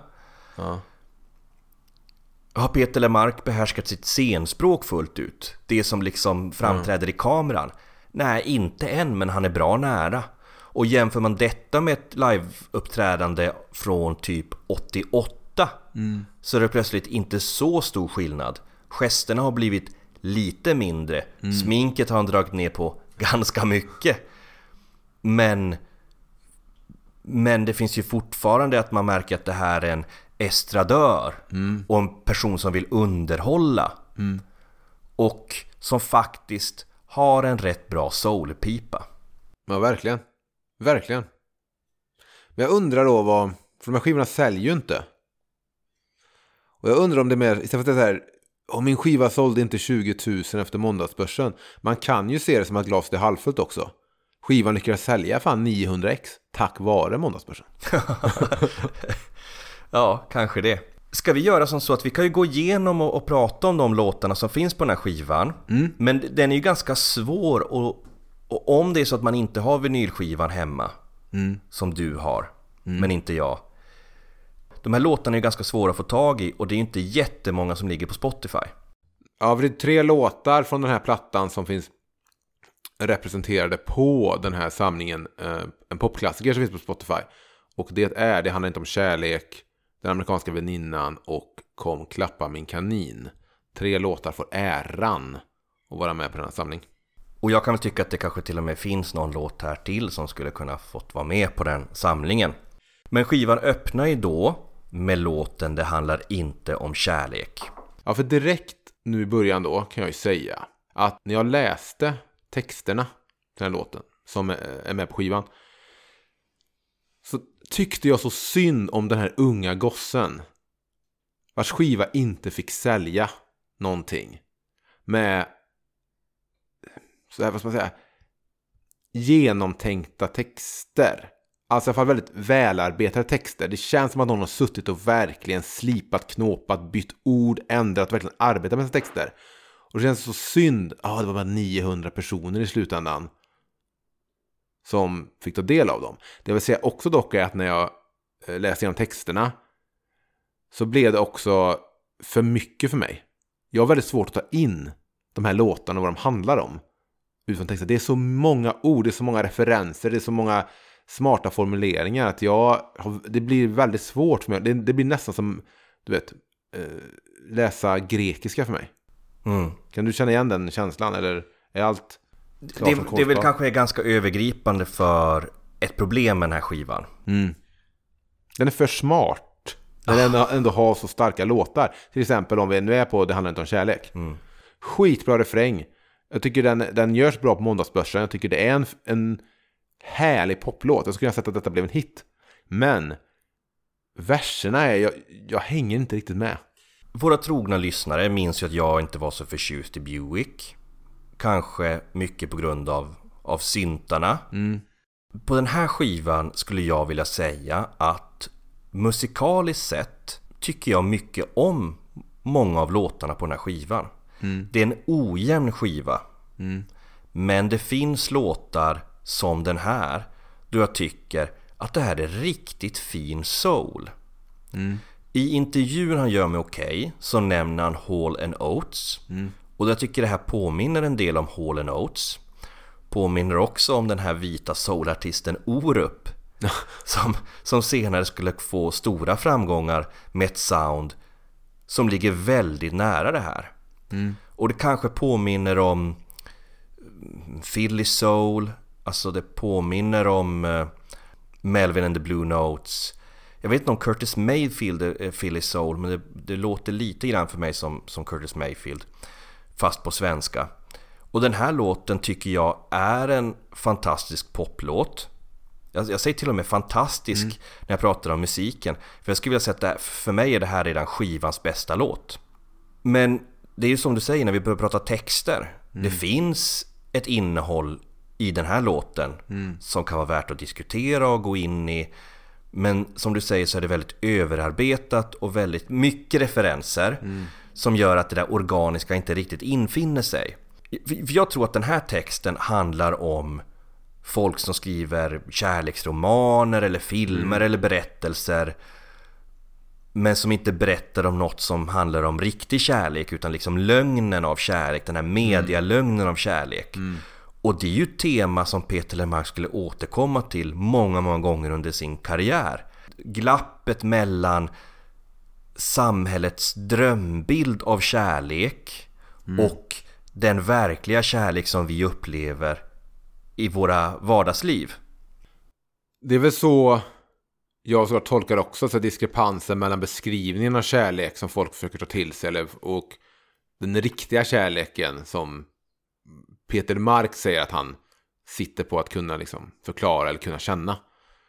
Har Peter LeMarc behärskat sitt scenspråk fullt ut? Det som liksom framträder i kameran? Nej, inte än, men han är bra nära. Och jämför man detta med ett liveuppträdande från typ 88 så är det plötsligt inte så stor skillnad. Gesterna har blivit lite mindre. Sminket har han dragit ner på ganska mycket. Men det finns ju fortfarande att man märker att det här är en estradör och en person som vill underhålla och som faktiskt har en rätt bra soulpipa. Ja, verkligen. Verkligen. Men jag undrar då för de här skivorna säljer ju inte. Och jag undrar om det är mer, istället för att det är så här, min skiva sålde inte 20 000 efter Måndagsbörsen. Man kan ju se det som att glaset är halvfullt också. Skivan lyckades sälja fan 900x tack vare Måndagsbörsen. Ja, kanske det. Ska vi göra som så att vi kan ju gå igenom och prata om de låtarna som finns på den här skivan. Men den är ju ganska svår och om det är så att man inte har vinylskivan hemma som du har, men inte jag. De här låtarna är ju ganska svåra att få tag i och det är inte jättemånga som ligger på Spotify. Ja, det är 3 låtar från den här plattan som finns representerade på den här samlingen. En popklassiker som finns på Spotify. Och det handlar inte om kärlek, Den amerikanska väninnan och Kom klappa min kanin. 3 låtar får äran att vara med på den här samlingen. Och jag kan väl tycka att det kanske till och med finns någon låt här till som skulle kunna fått vara med på den samlingen. Men skivan öppnar ju då med låten Det handlar inte om kärlek. Ja, för direkt nu i början då kan jag ju säga att när jag läste texterna till den här låten som är med på skivan så tyckte jag så synd om den här unga gossen vars skiva inte fick sälja någonting med så här, vad ska man säga, genomtänkta texter. Alltså i alla fall väldigt välarbetade texter. Det känns som att någon har suttit och verkligen slipat, knåpat, bytt ord, ändrat, verkligen arbetat med sina texter. Och det känns så synd. Det var bara 900 personer i slutändan som fick ta del av dem. Det vill säga också dock är att när jag läste igenom texterna så blev det också för mycket för mig. Jag har väldigt svårt att ta in de här låtarna och vad de handlar om utifrån texter. Det är så många ord, det är så många referenser, det är så många smarta formuleringar att det blir väldigt svårt för mig. Det blir nästan som, du vet, läsa grekiska för mig. Kan du känna igen den känslan eller är allt det väl kanske är ganska övergripande för ett problem med den här skivan. Den är för smart. Den ändå har så starka låtar. Till exempel om vi nu är på Det handlar inte om kärlek. Skitbra refräng. Jag tycker den görs bra på Måndagsbörsen. Jag tycker det är en härlig poplåt. Jag skulle ha sett att detta blev en hit. Men verserna jag hänger inte riktigt med. Våra trogna lyssnare minns ju att jag inte var så förtjust i Buick. Kanske mycket på grund av syntarna. På den här skivan skulle jag vilja säga att musikaliskt sett tycker jag mycket om många av låtarna på den här skivan. Det är en ojämn skiva. Men det finns låtar som den här då jag tycker att det här är riktigt fin soul. I intervjun han gör med Okej så nämner han Hall & Oates. Och jag tycker det här påminner en del om Hall & Oates. Påminner också om den här vita soulartisten Orup som senare skulle få stora framgångar med ett sound som ligger väldigt nära det här. Och det kanske påminner om Philly Soul, alltså det påminner om Melvin and the Blue Notes. Jag vet inte om Curtis Mayfield är Philly Soul, men det låter lite grann för mig som Curtis Mayfield, fast på svenska. Och den här låten tycker jag är en fantastisk poplåt. Jag säger till och med fantastisk när jag pratar om musiken. För jag skulle vilja säga att för mig är det här redan skivans bästa låt. Men det är ju som du säger när vi börjar prata texter. Det finns ett innehåll i den här låten som kan vara värt att diskutera och gå in i. Men som du säger så är det väldigt överarbetat och väldigt mycket referenser som gör att det där organiska inte riktigt infinner sig. Jag tror att den här texten handlar om folk som skriver kärleksromaner eller filmer eller berättelser, men som inte berättar om något som handlar om riktig kärlek, utan liksom lögnen av kärlek, den här medialögnen av kärlek. Och det är ju ett tema som Peter Lemark skulle återkomma till många, många gånger under sin karriär. Glappet mellan samhällets drömbild av kärlek och den verkliga kärlek som vi upplever i våra vardagsliv. Det är väl så jag så tolkar också så diskrepansen mellan beskrivningen av kärlek som folk försöker ta till sig och den riktiga kärleken som Peter Mark säger att han sitter på att kunna liksom förklara eller kunna känna.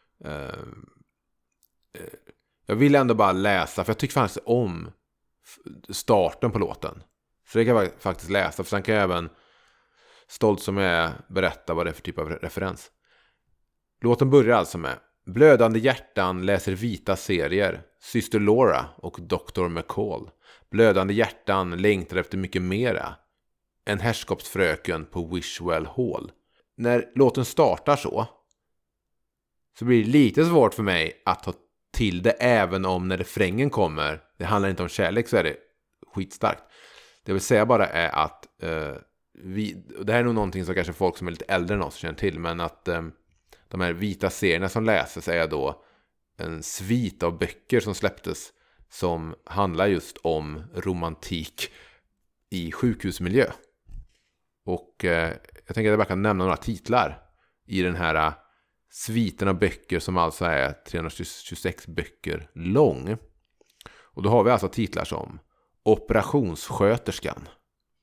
Jag vill ändå bara läsa, för jag tycker faktiskt om starten på låten. Så det kan jag faktiskt läsa, för sen kan jag även stolt som jag berätta vad det är för typ av referens. Låten börjar alltså med: blödande hjärtan läser vita serier, Syster Laura och Dr. McCall. Blödande hjärtan längtar efter mycket mera, en herrskapsfröken på Wishwell Hall. När låten startar så blir det lite svårt för mig att ta till det, även om när refrängen kommer, det handlar inte om kärlek, så är det skitstarkt. Det vill säga bara är att det här är nog någonting som kanske folk som är lite äldre än oss känner till, men att de här vita serierna som läses är då en svit av böcker som släpptes som handlar just om romantik i sjukhusmiljö. Och jag tänker att jag bara kan nämna några titlar i den här sviten av böcker som alltså är 326 böcker lång. Och då har vi alltså titlar som Operationssköterskan,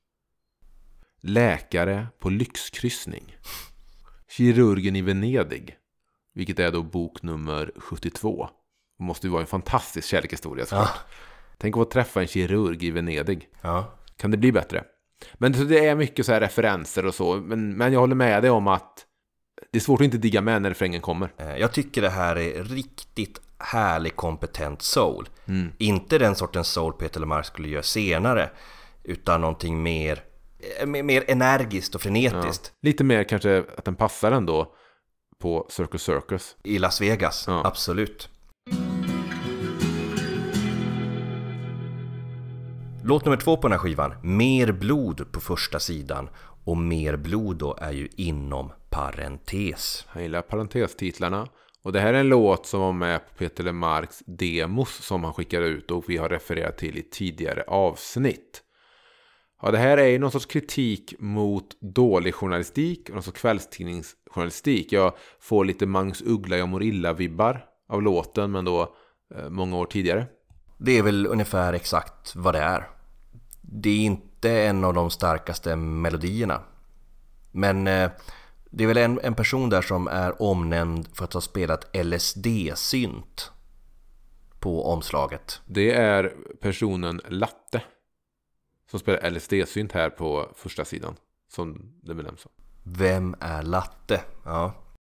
Läkare på lyxkryssning, Kirurgen i Venedig, vilket är då bok nummer 72. Det måste ju vara en fantastisk kärlekshistoria såklart. Tänk att få träffa en kirurg i Venedig. Kan det bli bättre? Men det är mycket så här referenser och så. Men jag håller med dig om att det är svårt att inte digga med när refrängen kommer. Jag tycker det här är riktigt härlig, kompetent soul. Inte den sortens soul Peter Lemark skulle göra senare, utan någonting mer energiskt och frenetiskt. Lite mer kanske att den passar ändå på Circus Circus i Las Vegas, absolut. Låt nummer 2 på den här skivan, Mer blod på första sidan. Och Mer blod då är ju inom parentes. Jag gillar parentestitlarna. Och det här är en låt som var med på Peter Lemarks demos som han skickade ut och vi har refererat till i tidigare avsnitt. Ja, det här är ju någon sorts kritik mot dålig journalistik och någon sorts kvällstidningsjournalistik. Jag får lite Magnus Uggla, jag mår illa-vibbar av låten, men då många år tidigare. Det är väl ungefär exakt vad det är. Det är inte en av de starkaste melodierna. Men det är väl en person där som är omnämnd för att ha spelat LSD-synt på omslaget. Det är personen Latte som spelar LSD-synt här på första sidan, som det benämns. Vem är Latte? Ja.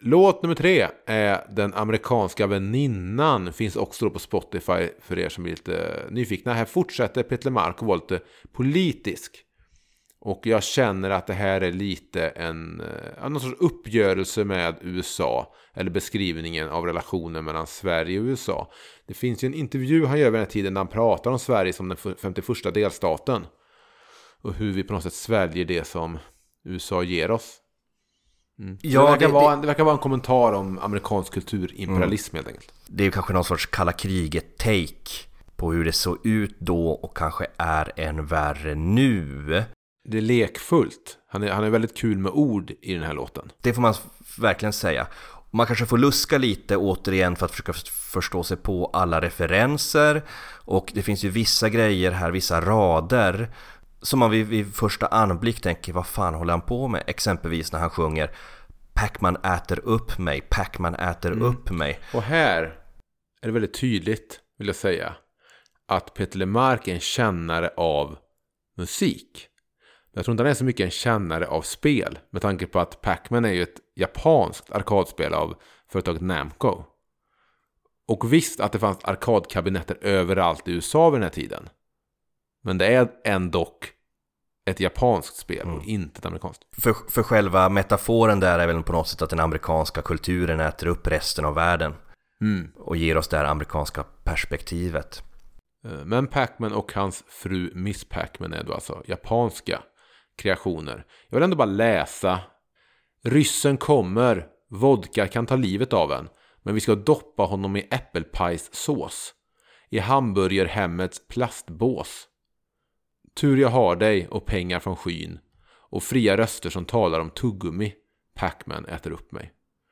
Låt nummer 3 är Den amerikanska väninnan. Finns också då på Spotify för er som är lite nyfikna. Här fortsätter Peter Lemark att vara lite politisk. Och jag känner att det här är lite någon sorts uppgörelse med USA. Eller beskrivningen av relationen mellan Sverige och USA. Det finns ju en intervju han gör vid den här tiden där han pratar om Sverige som den 51:a delstaten. Och hur vi på något sätt sväljer det som USA ger oss. Ja, det verkar vara en kommentar om amerikansk kulturimperialism helt enkelt. Det är kanske någon sorts kalla kriget-take på hur det såg ut då och kanske är än värre nu. Det är lekfullt. Han är väldigt kul med ord i den här låten. Det får man verkligen säga. Man kanske får luska lite återigen för att försöka förstå sig på alla referenser. Och det finns ju vissa grejer här, vissa rader som man vid första anblick tänker, vad fan håller han på med? Exempelvis när han sjunger Pac-Man äter upp mig, Pac-Man äter upp mig. Och här är det väldigt tydligt, vill jag säga, att Peter Lemark är en kännare av musik. Men jag tror inte han är så mycket en kännare av spel, med tanke på att Pac-Man är ju ett japanskt arkadspel av företaget Namco. Och visst att det fanns arkadkabinetter överallt i USA vid den här tiden. Men det är ändå ett japanskt spel och inte ett amerikanskt. För själva metaforen där är väl på något sätt att den amerikanska kulturen äter upp resten av världen. Och ger oss det här amerikanska perspektivet. Men Pac-Man och hans fru Miss Pac-Man är då alltså japanska kreationer. Jag vill ändå bara läsa. Ryssen kommer, vodka kan ta livet av en, men vi ska doppa honom i äppelpajssås. I hamburgerhemmets plastbås. Tur jag har dig och pengar från skyn. Och fria röster som talar om tuggummi. Pac-Man äter upp mig.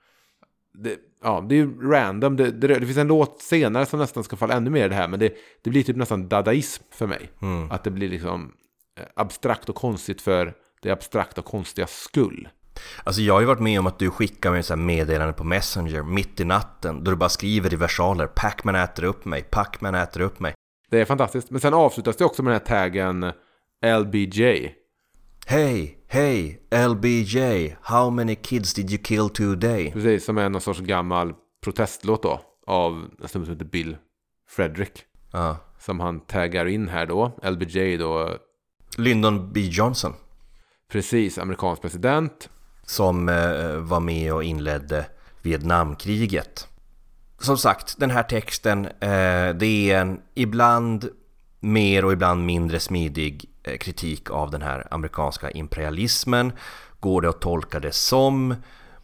Det är ju random. Det finns en låt senare som nästan ska falla ännu mer i det här. Men det blir typ nästan dadaism för mig. Att det blir liksom abstrakt och konstigt för det abstrakta och konstiga skull. Alltså jag har ju varit med om att du skickar mig så här meddelande på Messenger mitt i natten då du bara skriver i versaler Pac-Man äter upp mig, Pac-Man äter upp mig. Det är fantastiskt. Men sen avslutas det också med den här taggen LBJ. Hey, LBJ, how many kids did you kill today? Precis, som är någon sorts gammal protestlåt då av en snubbe som heter Bill Frederick. Som han taggar in här då. LBJ då. Lyndon B. Johnson. Precis, amerikansk president. Som var med och inledde Vietnamkriget. Som sagt, den här texten det är en ibland mer och ibland mindre smidig kritik av den här amerikanska imperialismen. Går det att tolka det som.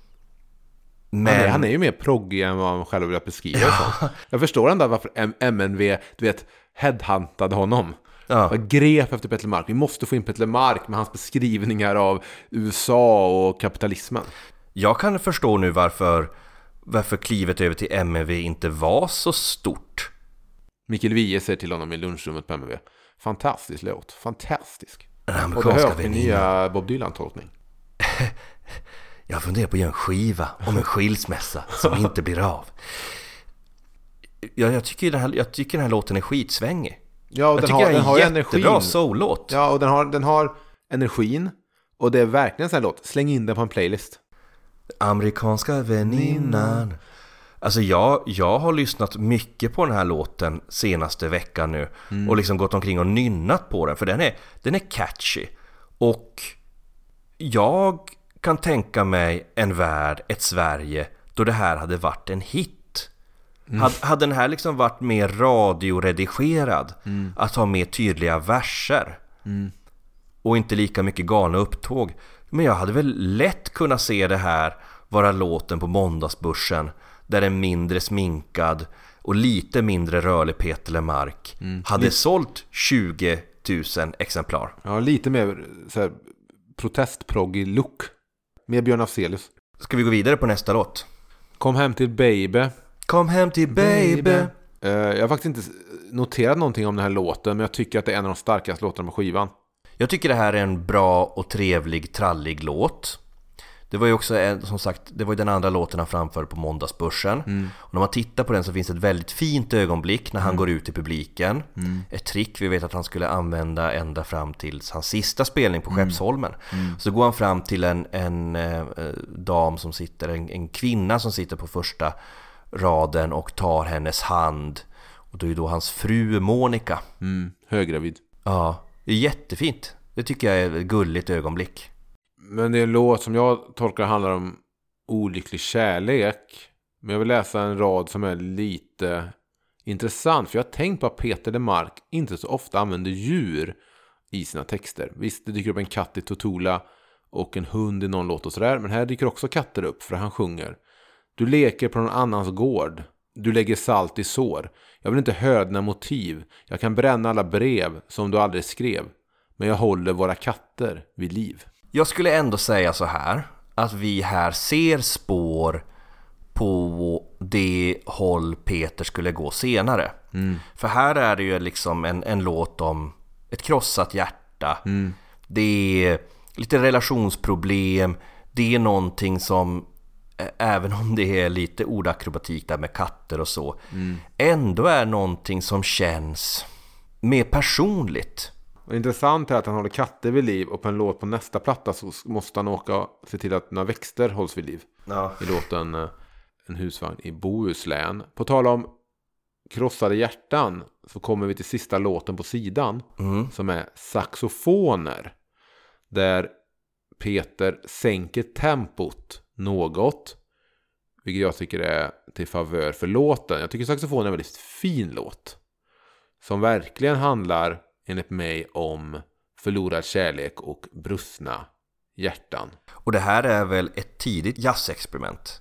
Men han är ju mer proggig än vad han själv vill beskriva det som. Jag förstår ändå varför MNV, du vet, headhuntade honom. Jag grep efter Peter Lemark. Vi måste få in Peter Lemark med hans beskrivningar av USA och kapitalismen. Jag kan förstå nu varför klivet över till MNV inte var så stort. Mikael Wiehe säger till honom i lunchrummet på MNV. Fantastisk låt, fantastisk. Och det hör min nya Bob Dylan-tolkning. Jag funderar på att göra en skiva om en skilsmässa som inte blir av. Jag tycker den här låten är skitsvängig. Ja, och den har jättebra soul-låt. Ja, och den har energin. Och det är verkligen en sån här låt. Släng in den på en playlist. Amerikanska väninnan. Alltså jag har lyssnat mycket på den här låten senaste veckan nu. Och liksom gått omkring och nynnat på den. För den är catchy. Och jag kan tänka mig en värld, ett Sverige, då det här hade varit en hit. Hade den här liksom varit mer radioredigerad, att ha mer tydliga verser och inte lika mycket galna upptåg. Men jag hade väl lätt kunnat se det här vara låten på måndagsbörsen där en mindre sminkad och lite mindre rörlig Peter Lemark hade sålt 20 000 exemplar. Ja, lite mer så här protestproggig look. Med Björn Afzelius. Ska vi gå vidare på nästa låt? Kom hem till baby. Kom hem till baby. Jag har faktiskt inte noterat någonting om den här låten, men jag tycker att det är en av de starkaste låtarna på skivan. Jag tycker det här är en bra och trevlig, trallig låt. Det var ju också, som sagt, det var ju den andra låten han framförde på Måndagsbörsen. Och när man tittar på den så finns det ett väldigt fint ögonblick när han går ut i publiken. Ett trick vi vet att han skulle använda ända fram till hans sista spelning på Skeppsholmen. Så går han fram till en dam som sitter, en kvinna som sitter på första raden och tar hennes hand. Och då är då hans fru Monica. Höggravid. Ja, det är jättefint. Det tycker jag är ett gulligt ögonblick. Men det är en låt som jag tolkar handlar om olycklig kärlek. Men jag vill läsa en rad som är lite intressant. För jag har tänkt på att Peter Lemark inte så ofta använder djur i sina texter. Visst, det dyker upp en katt i Totola och en hund i någon låt och sådär. Men här dyker också katter upp för han sjunger. Du leker på någon annans gård. Du lägger salt i sår. Jag vill inte höra dina motiv. Jag kan bränna alla brev som du aldrig skrev. Men jag håller våra katter vid liv. Jag skulle ändå säga så här, att vi här ser spår på det håll Peter skulle gå senare. För här är det ju liksom en låt om ett krossat hjärta. Det är lite relationsproblem. Det är någonting som, även om det är lite ordakrobatik där med katter och så, ändå är någonting som känns mer personligt. Och intressant är att han håller katter vid liv och på en låt på nästa platta så måste han åka och se till att några växter hålls vid liv. Ja. I låten En husvagn i Bohuslän. På tal om krossade hjärtan så kommer vi till sista låten på sidan som är Saxofoner. Där Peter sänker tempot något, vilket jag tycker är till favör för låten. Jag tycker Saxofoner är en väldigt fin låt som verkligen handlar enligt mig om förlorad kärlek och brustna hjärtan. Och det här är väl ett tidigt jazzexperiment?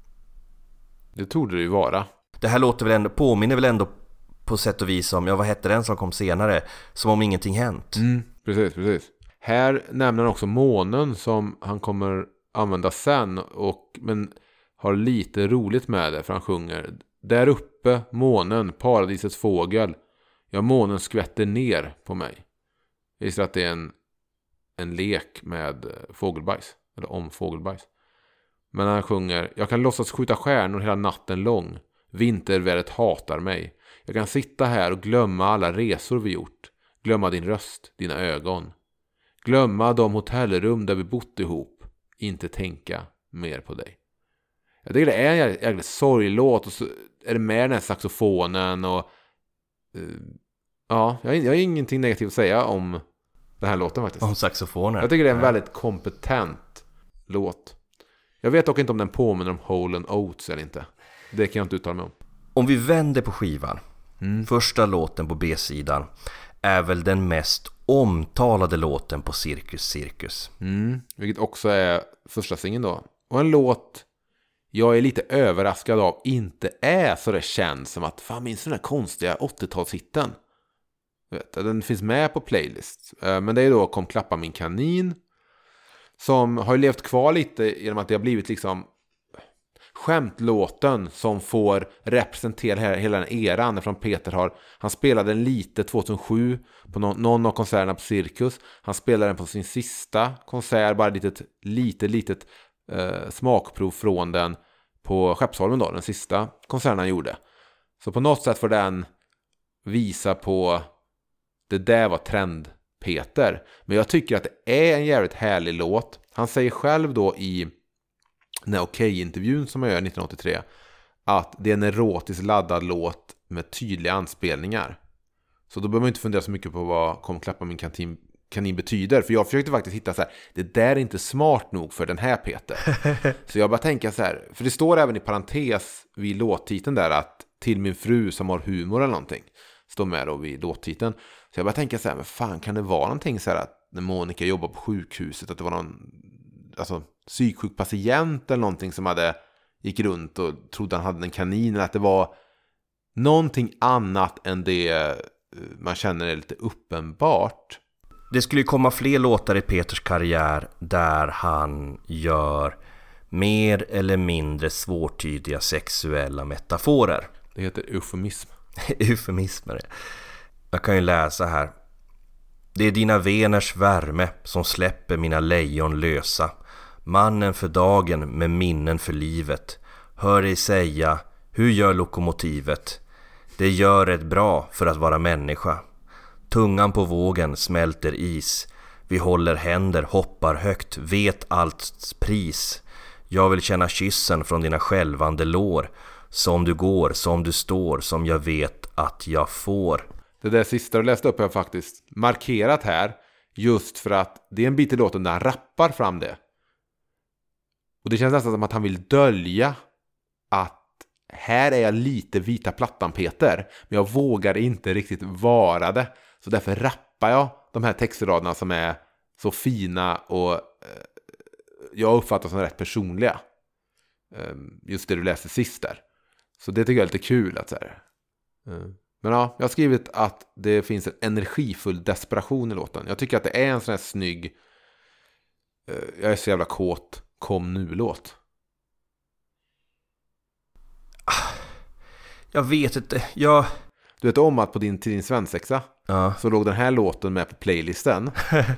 Det torde det ju vara. Det här låter väl ändå, påminner väl ändå på sätt och vis om, vad hette den som kom senare? Som om ingenting hänt. Precis. Här nämner han också månen som han kommer använda sen, men har lite roligt med det för han sjunger: där uppe, månen, paradisets fågel. Ja, månen skvätter ner på mig. Jag gissar att det är en lek med fågelbajs. Eller om fågelbajs. Men han sjunger: jag kan låtsas skjuta stjärnor hela natten lång. Vintervädret hatar mig. Jag kan sitta här och glömma alla resor vi gjort. Glömma din röst, dina ögon. Glömma de hotellrum där vi bott ihop. Inte tänka mer på dig. Jag tycker det är en jävligt sorglåt. Och så är det med den här saxofonen och... ja, jag har ingenting negativt att säga om den här låten faktiskt. Om saxofoner. Jag tycker det är en väldigt kompetent låt. Jag vet dock inte om den påminner om Hole & Oates eller inte. Det kan jag inte uttala mig om. Om vi vänder på skivan. Första låten på B-sidan är väl den mest omtalade låten på Cirkus. Vilket också är första singeln då. Och en låt jag är lite överraskad av inte är så det känns som att fan, minns den där konstiga 80-talshitten. Den finns med på playlist. Men det är då Kom klappa min kanin, som har levt kvar lite genom att det har blivit liksom skämtlåten som får representera hela den eran. Från Peter han spelade den lite 2007 på någon av konserterna på Cirkus. Han spelade den på sin sista konsert, bara litet smakprov från den på Skeppsholmen då, den sista konserten han gjorde. Så på något sätt får den visa på det där var trend Peter. Men jag tycker att det är en jävligt härlig låt. Han säger själv då i den här Okej-intervjun som jag gör 1983 att det är en erotiskt laddad låt med tydliga anspelningar. Så då behöver man inte fundera så mycket på vad Kom klappa min kanin betyder. För jag försökte faktiskt hitta så här: det där är inte smart nog för den här Peter. Så jag bara tänker så här, för det står även i parentes vid låttiteln där att till min fru som har humor eller någonting står med då vid låttiteln. Så jag bara tänker så här, men fan, kan det vara någonting så här att när Monica jobbar på sjukhuset att det var någon psyksjuk patient eller någonting som gick runt och trodde han hade en kanin, eller att det var någonting annat än det man känner är lite uppenbart. Det skulle ju komma fler låtar i Peters karriär där han gör mer eller mindre svårtydiga sexuella metaforer. Det heter eufemism. Eufemismer. Jag kan ju läsa här. Det är dina veners värme som släpper mina lejon lösa. Mannen för dagen med minnen för livet. Hör dig säga, hur gör lokomotivet? Det gör rätt bra för att vara människa. Tungan på vågen smälter is. Vi håller händer, hoppar högt, vet allt pris. Jag vill känna kyssen från dina skälvande lår. Som du går, som du står, som jag vet att jag får. Det där sista du läste upp har jag faktiskt markerat här. Just för att det är en bit i låten där han rappar fram det. Och det känns nästan som att han vill dölja att här är jag lite vita plattan Peter. Men jag vågar inte riktigt vara det. Så därför rappar jag de här textraderna som är så fina och jag uppfattar som rätt personliga. Just det du läste sist där. Så det tycker jag är lite kul att säga. Men ja, jag har skrivit att det finns en energifull desperation i låten. Jag tycker att det är en sån här snygg jag är så jävla kåt kom nu-låt. Jag vet inte, Du vet om att på din svensexa så låg den här låten med på playlisten.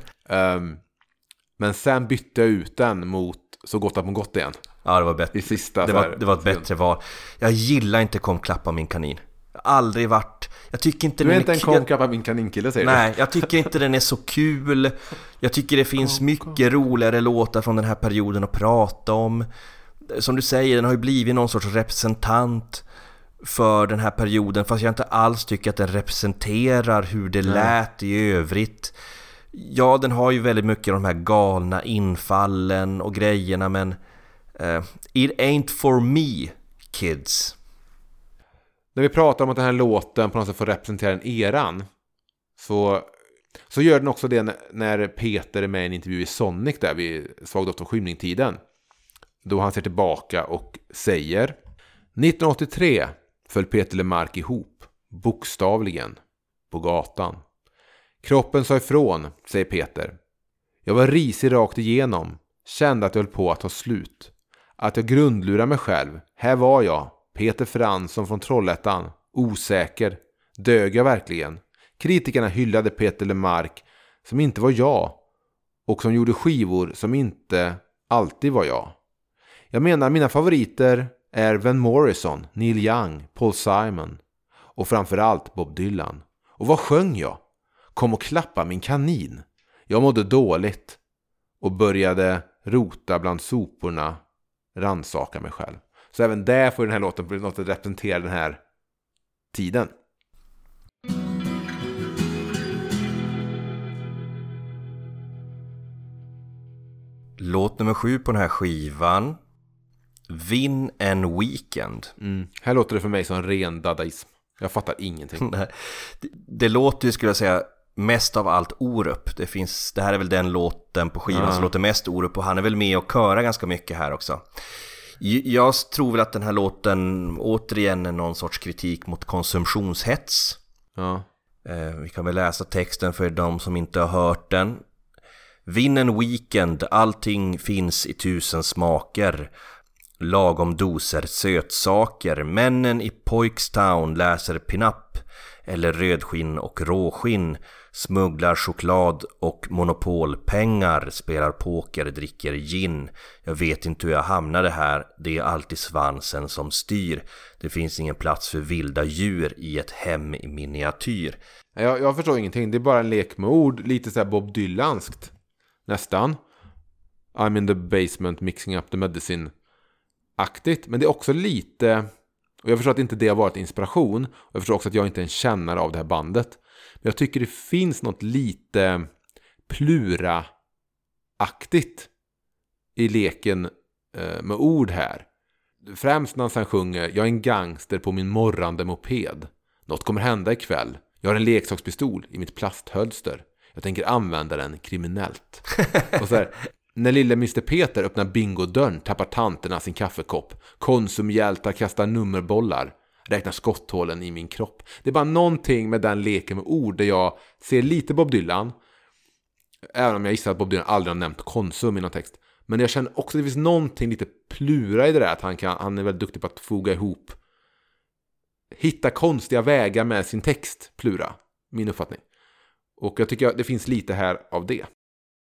Men sen bytte jag ut den mot Så gott att må gott igen. Ja, det var bättre. Det var ett bättre val. Jag gillar inte Kom klappa min kanin. Jag har aldrig varit. Jag tycker inte du är inte en Kom klappa min kaninkille, säger Nej, du. jag tycker inte den är så kul. Jag tycker det finns mycket roligare låtar från den här perioden att prata om. Som du säger, den har ju blivit någon sorts representant för den här perioden, fast jag inte alls tycker att den representerar hur det lät i övrigt. Ja, den har ju väldigt mycket av de här galna infallen och grejerna, men it ain't for me, kids. När vi pratar om att den här låten på något sätt får representera den eran, så gör den också det när Peter är med i en intervju i Sonic där vid Svag doft om skymningstiden. Då han ser tillbaka och säger: 1983 föll Peter LeMarc ihop, bokstavligen, på gatan. Kroppen sa ifrån, säger Peter. Jag var risig rakt igenom, kände att jag höll på att ta slut. Att jag grundlurade mig själv. Här var jag, Peter Fransson från Trollhättan, osäker. Dög jag verkligen? Kritikerna hyllade Peter LeMarc som inte var jag och som gjorde skivor som inte alltid var jag. Jag menar, mina favoriter är Van Morrison, Neil Young, Paul Simon och framförallt Bob Dylan. Och vad sjöng jag? Kom och klappa min kanin. Jag mådde dåligt och började rota bland soporna, rannsaka mig själv. Så även där får den här låten bli något att representera den här tiden. Låt nummer 7 på den här skivan, Vinn en weekend. Här låter det för mig som ren dadaism. Jag fattar ingenting. Det låter ju, skulle jag säga, mest av allt Orup. Det här är väl den låten på skivan som låter mest Orup, och han är väl med och körar ganska mycket här också. Jag tror väl att den här låten återigen är någon sorts kritik mot konsumtionshets. Ja. Vi kan väl läsa texten för de som inte har hört den. Vinn en weekend, allting finns i 1000 smaker. Lagom doser sötsaker. Männen i Poikstown läser pinup eller rödskinn och råskinn, smugglar choklad och monopolpengar, spelar poker, dricker gin. Jag vet inte hur jag hamnade här, det är alltid svansen som styr. Det finns ingen plats för vilda djur i ett hem i miniatyr. Jag förstår ingenting, det är bara en lek med ord, lite så här Bob Dylanskt nästan. I'm in the basement mixing up the medicine-aktigt, men det är också lite, och jag förstår att inte det har varit inspiration, och jag förstår också att jag inte är en kännare av det här bandet, men jag tycker det finns något lite Plura-aktigt i leken med ord här. Främst när han sen sjunger: jag är en gangster på min morrande moped. Något kommer hända ikväll. Jag har en leksakspistol i mitt plasthölster. Jag tänker använda den kriminellt. Och så här, när lille Mr. Peter öppnar bingodörren tappar tanterna sin kaffekopp. Konsumhjältar kastar nummerbollar. Räknar skotthålen i min kropp. Det är bara någonting med den leken med ord där jag ser lite Bob Dylan. Även om jag gissar att Bob Dylan aldrig har nämnt Konsum i någon text. Men jag känner också att det finns någonting lite Plura i det där. Att han är väldigt duktig på att foga ihop. Hitta konstiga vägar med sin text, Plura. Min uppfattning. Och jag tycker att det finns lite här av det.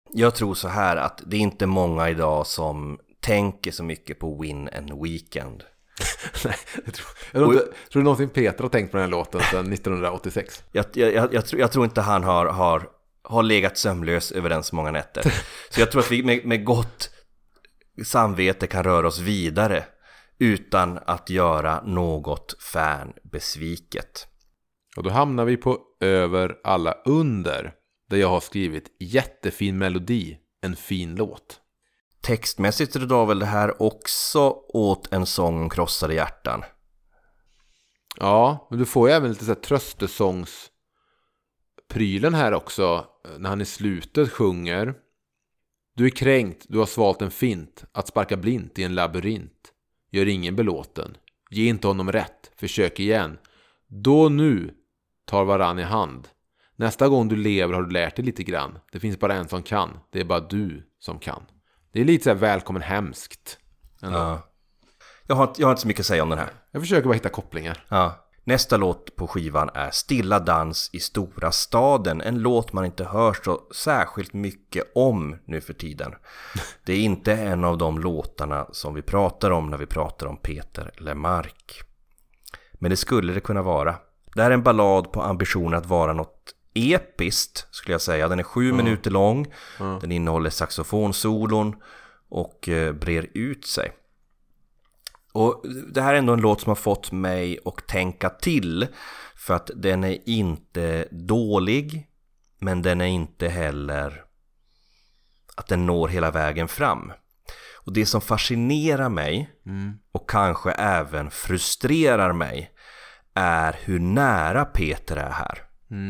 Jag tror så här att det är inte många idag som tänker så mycket på Win and Weekend. Nej, jag tror någonsin Peter har tänkt på den här låten sedan 1986. Jag tror inte han har legat sömnlös över den så många nätter. Så jag tror att vi med gott samvete kan röra oss vidare utan att göra något fan besviket. Och då hamnar vi på över alla under, där jag har skrivit jättefin melodi, en fin låt. Textmässigt är det då väl det här också åt en sång om krossade hjärtan. Ja, men du får ju även lite så här tröstesångsprylen här också, när han i slutet sjunger: du är kränkt, du har svalt en fint, att sparka blint i en labyrint. Gör ingen belåten, ge inte honom rätt, försök igen. Då nu tar varann i hand. Nästa gång du lever har du lärt dig lite grann. Det finns bara en som kan, det är bara du som kan. Det är lite så här välkommen hemskt. Ja. Jag har inte så mycket att säga om den här. Jag försöker bara hitta kopplingar. Ja. Nästa låt på skivan är Stilla dans i stora staden. En låt man inte hör så särskilt mycket om nu för tiden. Det är inte en av de låtarna som vi pratar om när vi pratar om Peter Lemark. Men det skulle det kunna vara. Det är en ballad på ambitionen att vara något episkt, skulle jag säga. Den är 7 minuter lång. Den innehåller saxofonsolon och brer ut sig. Och det här är ändå en låt som har fått mig att tänka till, för att den är inte dålig, men den är inte heller att den når hela vägen fram. Och det som fascinerar mig och kanske även frustrerar mig är hur nära Peter är här.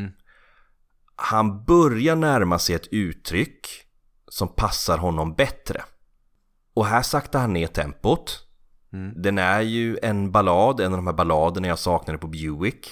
Han börjar närma sig ett uttryck som passar honom bättre. Och här saktar han ner tempot. Den är ju en ballad, en av de här balladerna jag saknade på Buick.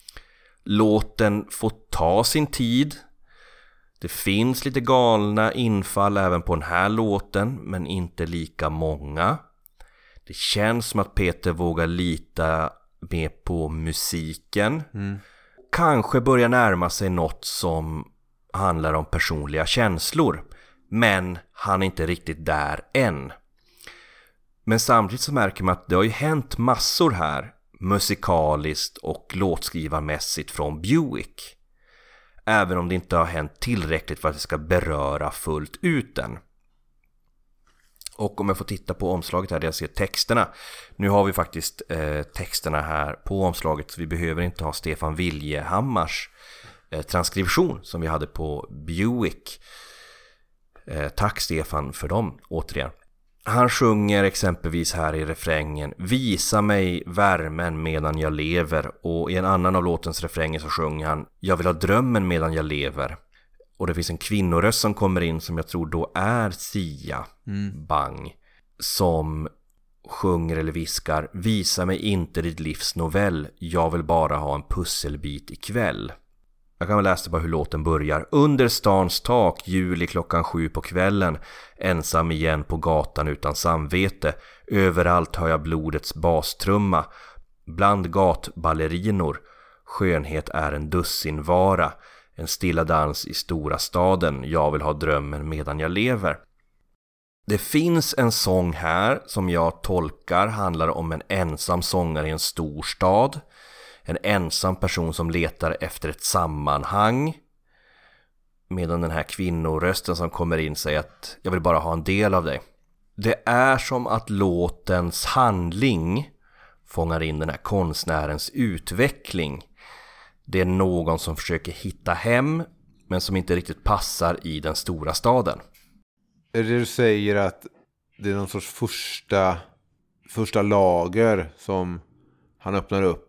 Låten får ta sin tid. Det finns lite galna infall även på den här låten, men inte lika många. Det känns som att Peter vågar lita mer på musiken. Kanske börjar närma sig något som handlar om personliga känslor, men han är inte riktigt där än. Men samtidigt så märker man att det har ju hänt massor här musikaliskt och låtskrivarmässigt från Buick. Även om det inte har hänt tillräckligt för att det ska beröra fullt ut än. Och om jag får titta på omslaget här där jag ser texterna. Nu har vi faktiskt texterna här på omslaget, så vi behöver inte ha Stefan Wiljehammars transkription som vi hade på Buick. Tack Stefan för dem återigen. Han sjunger exempelvis här i refrängen: visa mig värmen medan jag lever. Och i en annan av låtens refränger så sjunger han: jag vill ha drömmen medan jag lever. Och det finns en kvinnoröst som kommer in som jag tror då är Sia Bang, som sjunger eller viskar: visa mig inte ditt livs novell, jag vill bara ha en pusselbit ikväll. Jag kan väl läsa bara hur låten börjar. Under stans tak, juli 7:00 på kvällen, ensam igen på gatan utan samvete. Överallt hör jag blodets bastrumma. Bland gatballerinor, skönhet är en dussinvara. En stilla dans i stora staden, jag vill ha drömmen medan jag lever. Det finns en sång här som jag tolkar handlar om en ensam sångare i en stor stad. En ensam person som letar efter ett sammanhang. Medan den här kvinnorösten som kommer in säger att jag vill bara ha en del av dig. Det är som att låtens handling fångar in den här konstnärens utveckling. Det är någon som försöker hitta hem, men som inte riktigt passar i den stora staden. Är det du säger att det är någon sorts första lager som han öppnar upp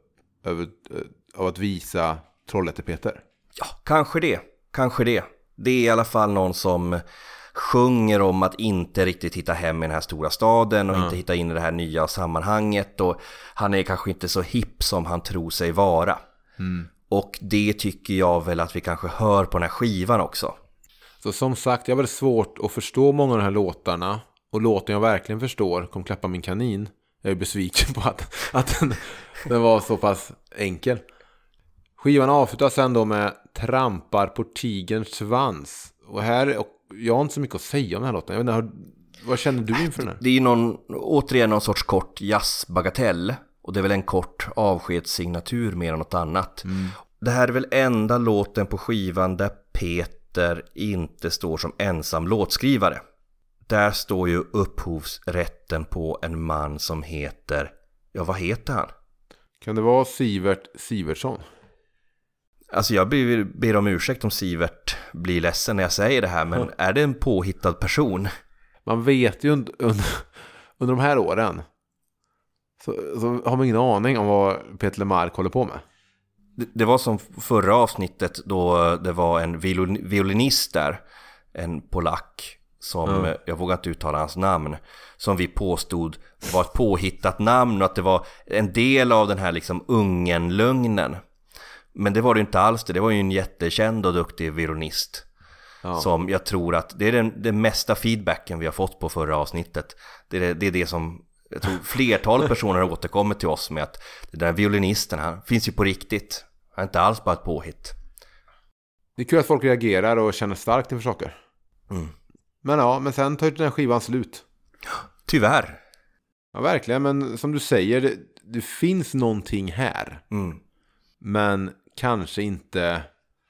av att visa Trollhätte-Peter? Ja, kanske det. Det är i alla fall någon som sjunger om att inte riktigt hitta hem i den här stora staden och inte hitta in i det här nya sammanhanget, och han är kanske inte så hipp som han tror sig vara. Och det tycker jag väl att vi kanske hör på den här skivan också. Så som sagt, jag har väldigt svårt att förstå många av de här låtarna, och låten jag verkligen förstår, Kom klappa min kanin, jag är besviken på att den var så pass enkel. Skivan avslutas sen då med Trampar på tigerns svans. Och här jag har inte så mycket att säga om den här låten. Jag vet inte, vad känner du inför den här? Det är ju återigen någon sorts kort jazzbagatell. Och det är väl en kort avskedssignatur mer än något annat. Det här är väl enda låten på skivan där Peter inte står som ensam låtskrivare. Där står ju upphovsrätten på en man som heter... Ja, vad heter han? Kan det vara Sivert Sivertsson? Alltså jag ber om ursäkt om Sivert blir ledsen när jag säger det här. Men är det en påhittad person? Man vet ju under de här åren så har man ingen aning om vad Peter Lemark håller på med. Det var som förra avsnittet då det var en violinist där. En polack som, jag vågar inte uttala hans namn, som vi påstod var ett påhittat namn och att det var en del av den här liksom Ungern-lögnen. Men det var det inte alls det. Det var ju en jättekänd och duktig violinist. Som jag tror att det är den mesta feedbacken vi har fått på förra avsnittet. Det är det som jag tror flertalet personer har återkommit till oss med, att den där violinisten, han finns ju på riktigt. Han är inte alls bara ett påhitt. Det är kul att folk reagerar och känner starkt inför saker. Men sen tar ju den här skivan slut. Tyvärr. Ja, verkligen. Men som du säger, det finns någonting här. Men kanske inte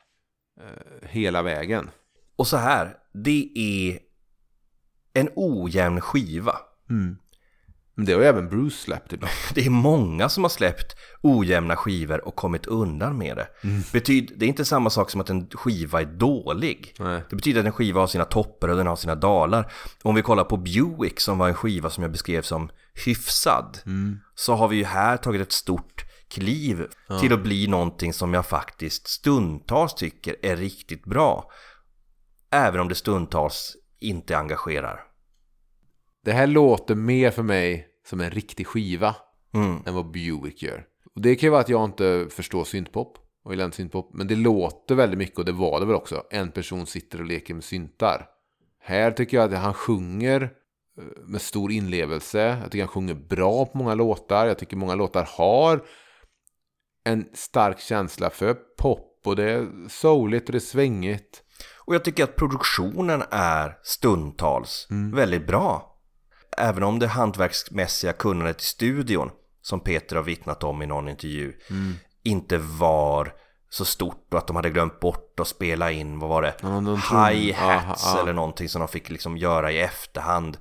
hela vägen. Och så här, det är en ojämn skiva. Men det har ju även Bruce släppt ibland. Det är många som har släppt ojämna skivor och kommit undan med det. Det är inte samma sak som att en skiva är dålig. Nej. Det betyder att en skiva har sina toppar och den har sina dalar. Om vi kollar på Buick, som var en skiva som jag beskrev som hyfsad, så har vi ju här tagit ett stort kliv till att bli någonting som jag faktiskt stundtals tycker är riktigt bra. Även om det stundtals inte engagerar. Det här låter mer för mig som en riktig skiva än vad Buick gör. Och det kan ju vara att jag inte förstår syntpop och gillar inte syntpop, men det låter väldigt mycket, och det var det väl också. En person sitter och leker med syntar. Här tycker jag att han sjunger med stor inlevelse. Jag tycker han sjunger bra på många låtar. Jag tycker många låtar har en stark känsla för pop, och det är souligt och det är svängigt. Och jag tycker att produktionen är stundtals väldigt bra. Även om det hantverksmässiga kunnandet i studion, som Peter har vittnat om i någon intervju, inte var så stort, och att de hade glömt bort att spela in, vad var det? Hi-hats eller någonting som de fick liksom göra i efterhand.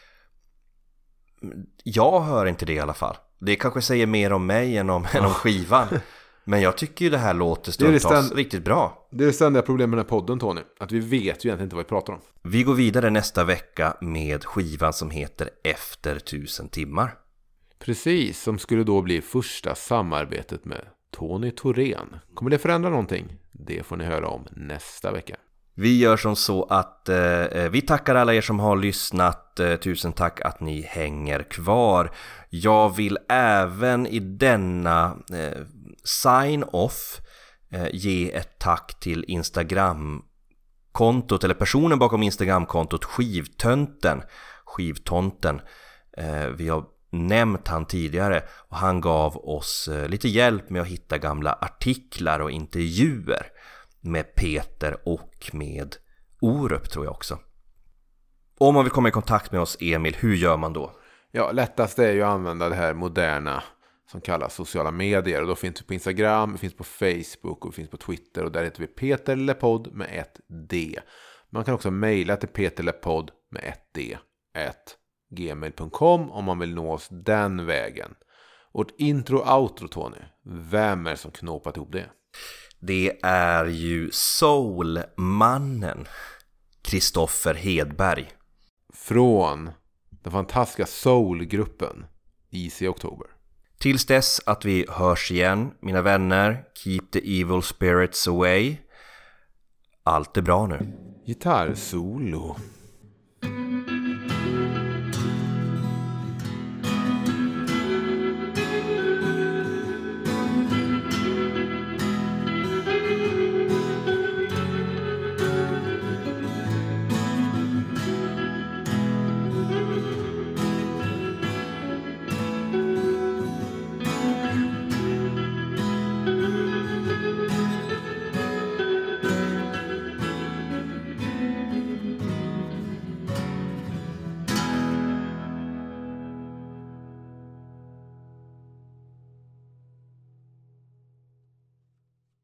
Jag hör inte det i alla fall. Det kanske säger mer om mig än om skivan. Men jag tycker ju det här låter stundtals riktigt bra. Det är det ständiga problemet med den här podden, Tony. Att vi vet ju egentligen inte vad vi pratar om. Vi går vidare nästa vecka med skivan som heter Efter 1000 timmar. Precis, som skulle då bli första samarbetet med Tony Thorén. Kommer det förändra någonting? Det får ni höra om nästa vecka. Vi gör som så att vi tackar alla er som har lyssnat. Tusen tack att ni hänger kvar. Jag vill även i denna sign-off ge ett tack till Instagram-kontot, eller personen bakom Instagram-kontot Skivtomten. Vi har nämnt han tidigare, och han gav oss lite hjälp med att hitta gamla artiklar och intervjuer med Peter och med Orup, tror jag också. Om man vill komma i kontakt med oss, Emil, hur gör man då? Ja, lättast är ju att använda det här moderna som kallas sociala medier. Och då finns vi på Instagram, vi finns på Facebook och vi finns på Twitter. Och där heter vi Peter Lepodd med ett D. Man kan också mejla till peterlepodd med ett D @gmail.com om man vill nå oss den vägen. Vårt intro och outro, Tony. Vem är det som knåpat ihop det? Det är ju soulmannen Kristoffer Hedberg. Från den fantastiska soulgruppen Easy October. Tills dess att vi hörs igen, mina vänner, keep the evil spirits away. Allt är bra nu. Gitarrsolo.